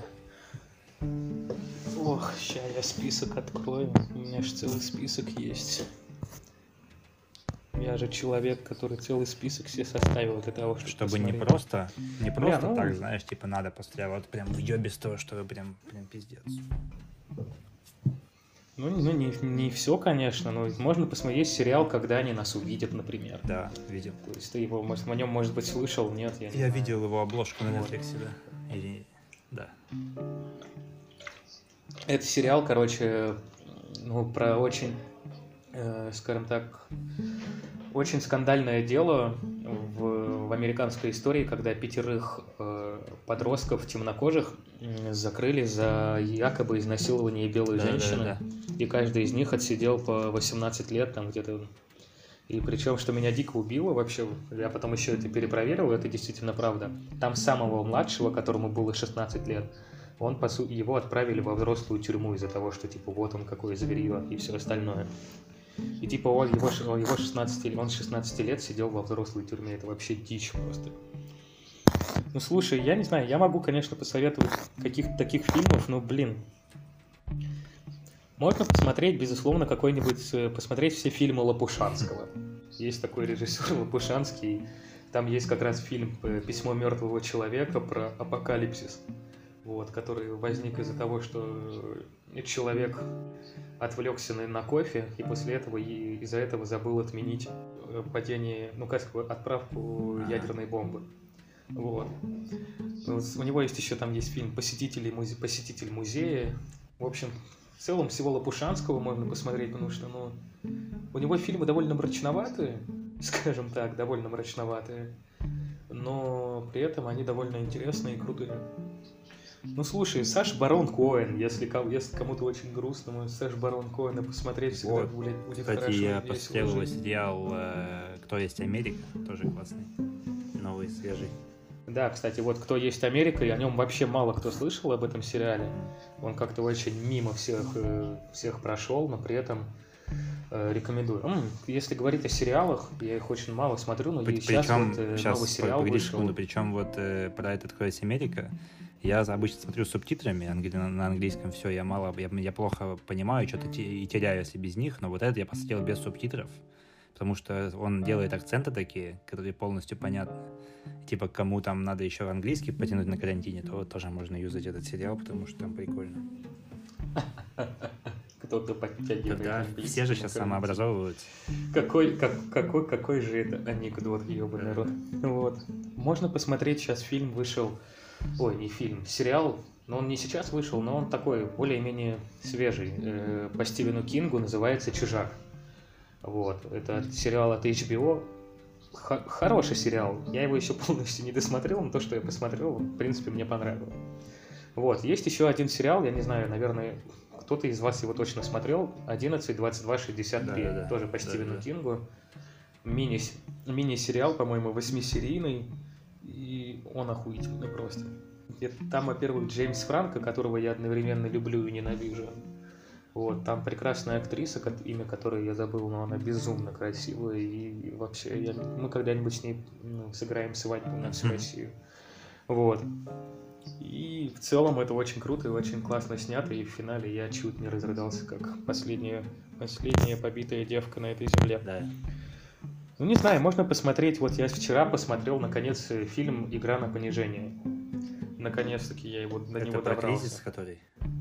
Ох, ща я список открою. У меня же целый список есть. Я же человек, который целый список себе составил для того, чтобы Чтобы посмотреть. не просто, не просто Бля, ну... так, знаешь, типа надо посмотреть, а вот прям въебистого, что прям, прям пиздец. Ну, ну не, не все, конечно, но можно посмотреть сериал «Когда они нас увидят», например. Да, видел. То есть ты его, может, о нем, может быть, слышал, нет? Я, не я знаю. видел его обложку на Вот. Netflix, да. Или... да. Это сериал, короче, ну, про очень, э, скажем так, очень скандальное дело в, в американской истории, когда пятерых э, подростков темнокожих э, закрыли за якобы изнасилование белой Да, женщины, да, да. и каждый из них отсидел по восемнадцать лет там где-то. И причем, что меня дико убило вообще, я потом еще это перепроверил, это действительно правда. Там самого младшего, которому было шестнадцать лет, он, по сути, его отправили во взрослую тюрьму из-за того, что, типа, вот он какое зверье и все остальное. И, типа, он, его, его шестнадцать, он шестнадцать лет сидел во взрослой тюрьме, это вообще дичь просто. Ну, слушай, я не знаю, я могу, конечно, посоветовать каких-то таких фильмов, но, блин, можно посмотреть, безусловно, какой-нибудь, посмотреть все фильмы Лопушанского. Есть такой режиссер Лопушанский, там есть как раз фильм «Письмо мертвого человека» про апокалипсис. Вот, который возник из-за того, что человек отвлекся на, на кофе, и после этого и из-за этого забыл отменить падение, ну как сказать, отправку ядерной бомбы. Вот. У него есть еще там есть фильм «Посетитель музе... «Посетитель музея». В общем, в целом всего Лопушанского можно посмотреть, потому что, ну, у него фильмы довольно мрачноватые, скажем так, довольно мрачноватые, но при этом они довольно интересные и крутые. Ну, слушай, Саша Барон Коэн, если, если кому-то очень грустно, может Саша Барон Коэна посмотреть всегда Вот. будет, будет Кстати, хорошо. я посмотрел его сериал э, «Кто есть Америка», тоже классный, новый, свежий. Да, кстати, вот «Кто есть Америка», и о нем вообще мало кто слышал об этом сериале. Он как-то очень мимо всех, всех прошел, но при этом э, рекомендую. М, если говорить о сериалах, я их очень мало смотрю, но При, сейчас причем, вот э, сейчас, новый сериал вышел. Секунду, причем вот э, про этот «Кто есть Америка», я обычно смотрю с субтитрами англи- на английском, все, я мало, я, я плохо понимаю, что-то и теряю, если без них, но вот это я посмотрел без субтитров, потому что он делает акценты такие, которые полностью понятны. Типа, кому там надо еще английский потянуть на карантине, то вот тоже можно юзать этот сериал, потому что там прикольно. Кто-то подтягивает. Да, все же сейчас самообразовываются. Какой, как, какой, какой же это анекдот, ебаный рот. Вот. Можно посмотреть, сейчас фильм вышел, ой, не фильм, сериал, но он не сейчас вышел, но он такой более-менее свежий, э, по Стивену Кингу, называется «Чужак». Вот, это сериал от эйч би о. Х- хороший сериал, я его еще полностью не досмотрел, но то, что я посмотрел, в принципе, мне понравилось. Вот, есть еще один сериал, я не знаю, наверное, кто-то из вас его точно смотрел, одиннадцать двадцать два шестьдесят три, Да, да, да. тоже по Стивену Да, да. Кингу. Мини, мини-сериал, по-моему, восьмисерийный, и он охуительный просто. И там, во-первых, Джеймс Франко, которого я одновременно люблю и ненавижу. Вот, там прекрасная актриса, имя которой я забыл, но она безумно красивая, и вообще я, мы когда-нибудь с ней ну, сыграем свадьбу на всю Россию. Вот. И в целом это очень круто и очень классно снято, и в финале я чуть не разрыдался, как последняя, последняя побитая девка на этой земле. Да. Ну, не знаю, можно посмотреть, вот я вчера посмотрел, наконец, фильм «Игра на понижение». Наконец-таки я его, до Это него про добрался. кризис, который...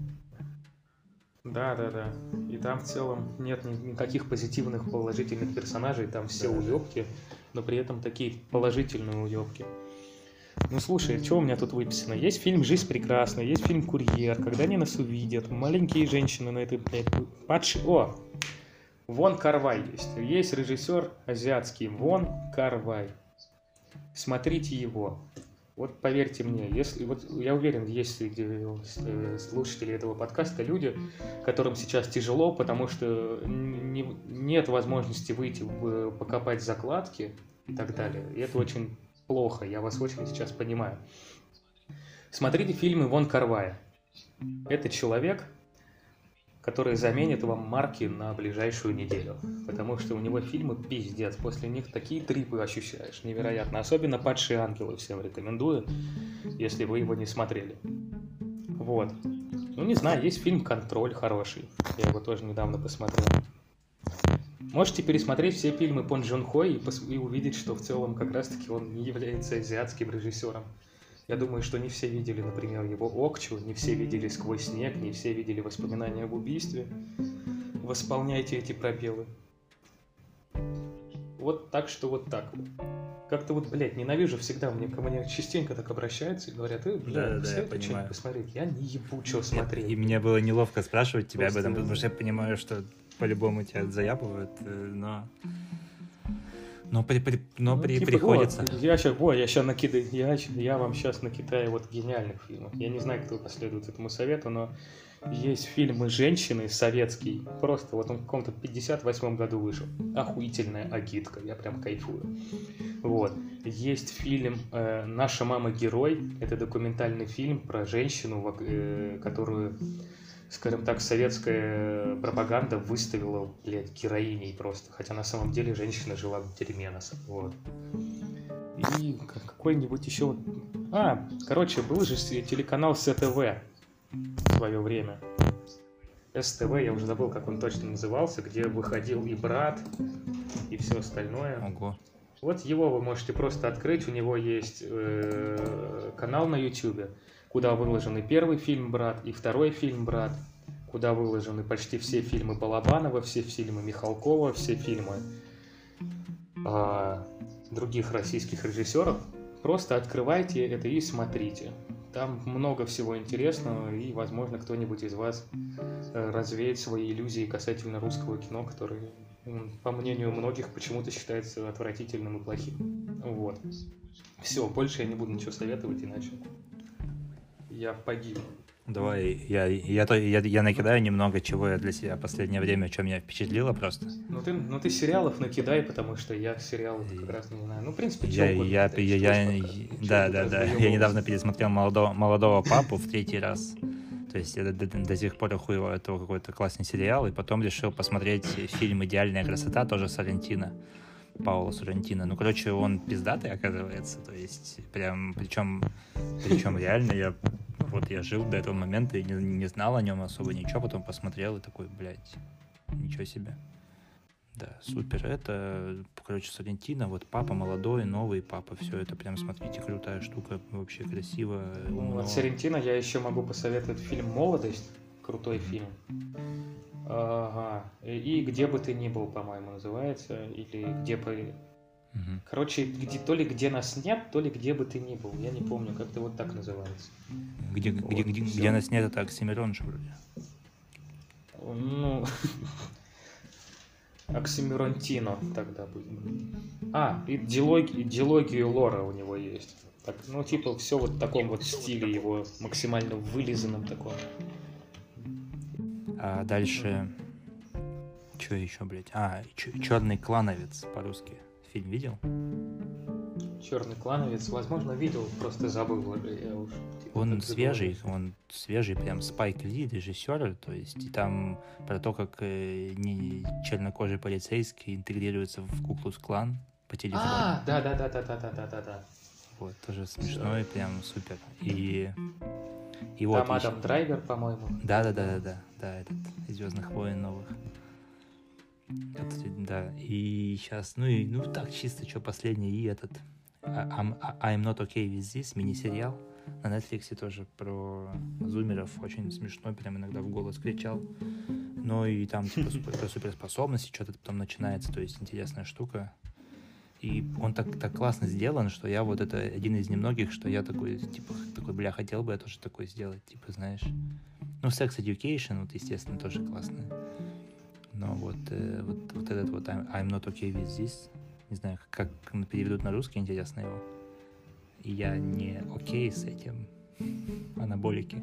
Да, да, да. И там в целом нет ни- никаких позитивных, положительных персонажей, там все Да. уебки, но при этом такие положительные уебки. Ну слушай, что у меня тут выписано? Есть фильм «Жизнь прекрасна», есть фильм «Курьер», «Когда они нас увидят», «Маленькие женщины» на этой, блядь, падши... О! Вон Кар-вай есть. Есть режиссер азиатский Вон Кар-вай. Смотрите его. Вот поверьте мне, если вот я уверен, есть среди э, слушателей этого подкаста люди, которым сейчас тяжело, потому что не, нет возможности выйти в, покопать закладки и так далее. И это очень плохо. Я вас очень сейчас понимаю. Смотрите фильмы Вон Кар-вая. Это человек, который заменит вам марки на ближайшую неделю. Потому что у него фильмы пиздец. После них такие трипы ощущаешь. Невероятно. Особенно «Падшие ангелы» всем рекомендую, если вы его не смотрели. Вот. Ну, не знаю, есть фильм «Контроль» хороший. Я его тоже недавно посмотрел. Можете пересмотреть все фильмы Пон Джун Хо и, пос- и увидеть, что в целом как раз-таки он не является азиатским режиссером. Я думаю, что не все видели, например, его «Окчу», не все видели «Сквозь снег», не все видели «Воспоминания об убийстве». Восполняйте эти пробелы. Вот так что вот так вот. Как-то вот, блядь, ненавижу всегда, мне ко мне частенько так обращаются и говорят, э, блядь, Да, да, я посоветуй понимаю. что-нибудь посмотреть. Я не ебу, что И смотреть. мне было неловко спрашивать тебя об Просто- этом, потому что я понимаю, что по-любому тебя заябывают, э, но... Но, при, при- но Ну, при- типа, приходится. вот, я сейчас, во, я сейчас накидаю, я, щ- я вам сейчас накидаю вот гениальных фильмов. Я не знаю, кто последует этому совету, но есть фильмы «Женщины» советский. Просто вот он в каком-то пятьдесят восьмом году вышел. Охуительная агитка, я прям кайфую. Вот. Есть фильм э, «Наша мама герой». Это документальный фильм про женщину, вок- э, которую, скажем так, советская пропаганда выставила, блядь, героиней просто. Хотя на самом деле женщина жила в тюрьме. на самом- Вот. И к- какой-нибудь еще... вот- А, короче, был же с- телеканал СТВ в свое время. СТВ, я уже забыл, как он точно назывался, где выходил и «Брат», и все остальное. Ого. Вот его вы можете просто открыть, у него есть э, канал на YouTube, куда выложены первый фильм «Брат» и второй фильм «Брат», куда выложены почти все фильмы Балабанова, все фильмы Михалкова, все фильмы э, других российских режиссеров. Просто открывайте это и смотрите. Там много всего интересного, и, возможно, кто-нибудь из вас э, развеет свои иллюзии касательно русского кино, которое, м, по мнению многих, почему-то считается отвратительным и плохим. Вот. Все, больше я не буду ничего советовать, иначе я погибну. Давай, я, я, то- я, я накидаю немного, чего я для себя в последнее время, что меня впечатлило просто. Ну ты, ну ты сериалов накидай, потому что я сериалов как раз не знаю. Ну, в принципе, чё Я, угодно я, кидай, я, что я- ж пока. Чё да, тут да, да. Я разъёбываться? недавно пересмотрел молодого, молодого папу в третий раз. То есть я до, до- до сих пор охуеваю, это какой-то классный сериал, и потом решил посмотреть фильм «Идеальная красота», тоже Соррентино, Паоло Соррентино. Ну, короче, он пиздатый, оказывается, то есть прям, причем, причем реально я, вот я жил до этого момента и не, не знал о нем особо ничего, потом посмотрел и такой, блядь, ничего себе. Да, супер. Это, короче, Соррентино, вот папа молодой, новый папа, все это прям, смотрите, крутая штука, вообще красиво, Ну, умно. от Соррентино я еще могу посоветовать фильм «Молодость». Крутой фильм. Ага. И, и «Где бы ты ни был», по-моему, называется. Или «Где бы...» Мгм. Короче, где, то ли «Где нас нет», то ли «Где бы ты ни был». Я не помню, как-то вот так называется. Где, где, Вот, где, всё. где нас нет, это Оксимирон же вроде. Ну... Оксимиронтино тогда будет. А, и диалоги, диалогию Лора у него есть. Так, ну, типа, все вот в таком вот стиле его, максимально вылизанном таком. А дальше... Что еще, блядь? А, «Черный клановец» по-русски. Фильм видел? Черный клановец, возможно, видел, просто забыл уже. Я уж, типа, Он как свежий, забыл. он свежий, прям Спайк Ли, режиссер, то есть и там про то, как э, не чернокожий полицейский интегрируется в Ку-клукс-клан по телефону. А, да, да, да, да, да, да, да, да, да. Вот, тоже смешной, прям супер. И, и вот Там Адам еще- Драйвер, по-моему. Да, да, да, да, да, да, этот из «Звездных войн» новых. Это, да, и сейчас, ну и, ну так, чисто, что последний, и этот I'm, I'm Not Okay With This, мини-сериал на Netflix тоже про зумеров, очень смешно, прям иногда в голос кричал. Ну и там типа про суперспособности что-то потом начинается, то есть интересная штука. И он так, так классно сделан, что я вот это один из немногих, что я такой, типа, такой, бля, хотел бы я тоже такой сделать, типа, знаешь. Ну, Sex Education, вот, естественно, тоже классный. Но вот, э, вот, вот этот вот I'm, I'm Not Okay With This, не знаю, как, как переведут на русский, интересно его. И я не окей с этим. Анаболики.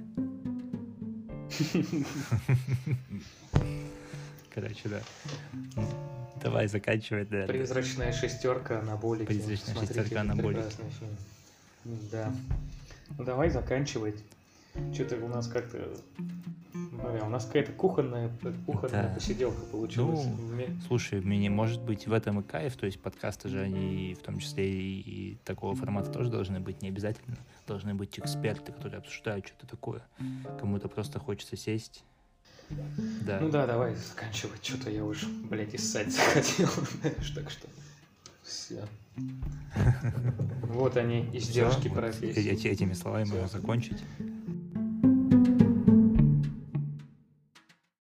Короче, да. Давай заканчивать, да. Призрачная шестерка, анаболики. Призрачная шестерка, анаболики. Да. Ну давай заканчивать. Что-то у нас как-то... У нас какая-то кухонная, кухонная да. посиделка получилась. Ну, Мне... слушай, мне, может быть, в этом и кайф, то есть подкасты же, они в том числе и, и такого формата тоже должны быть, не обязательно. Должны быть эксперты, которые обсуждают что-то такое. Кому-то просто хочется сесть. Да. Ну да, давай заканчивать. Что-то я уже, блядь, и ссать захотел. Так что все. Вот они, издержки профессии. Этими словами можно закончить.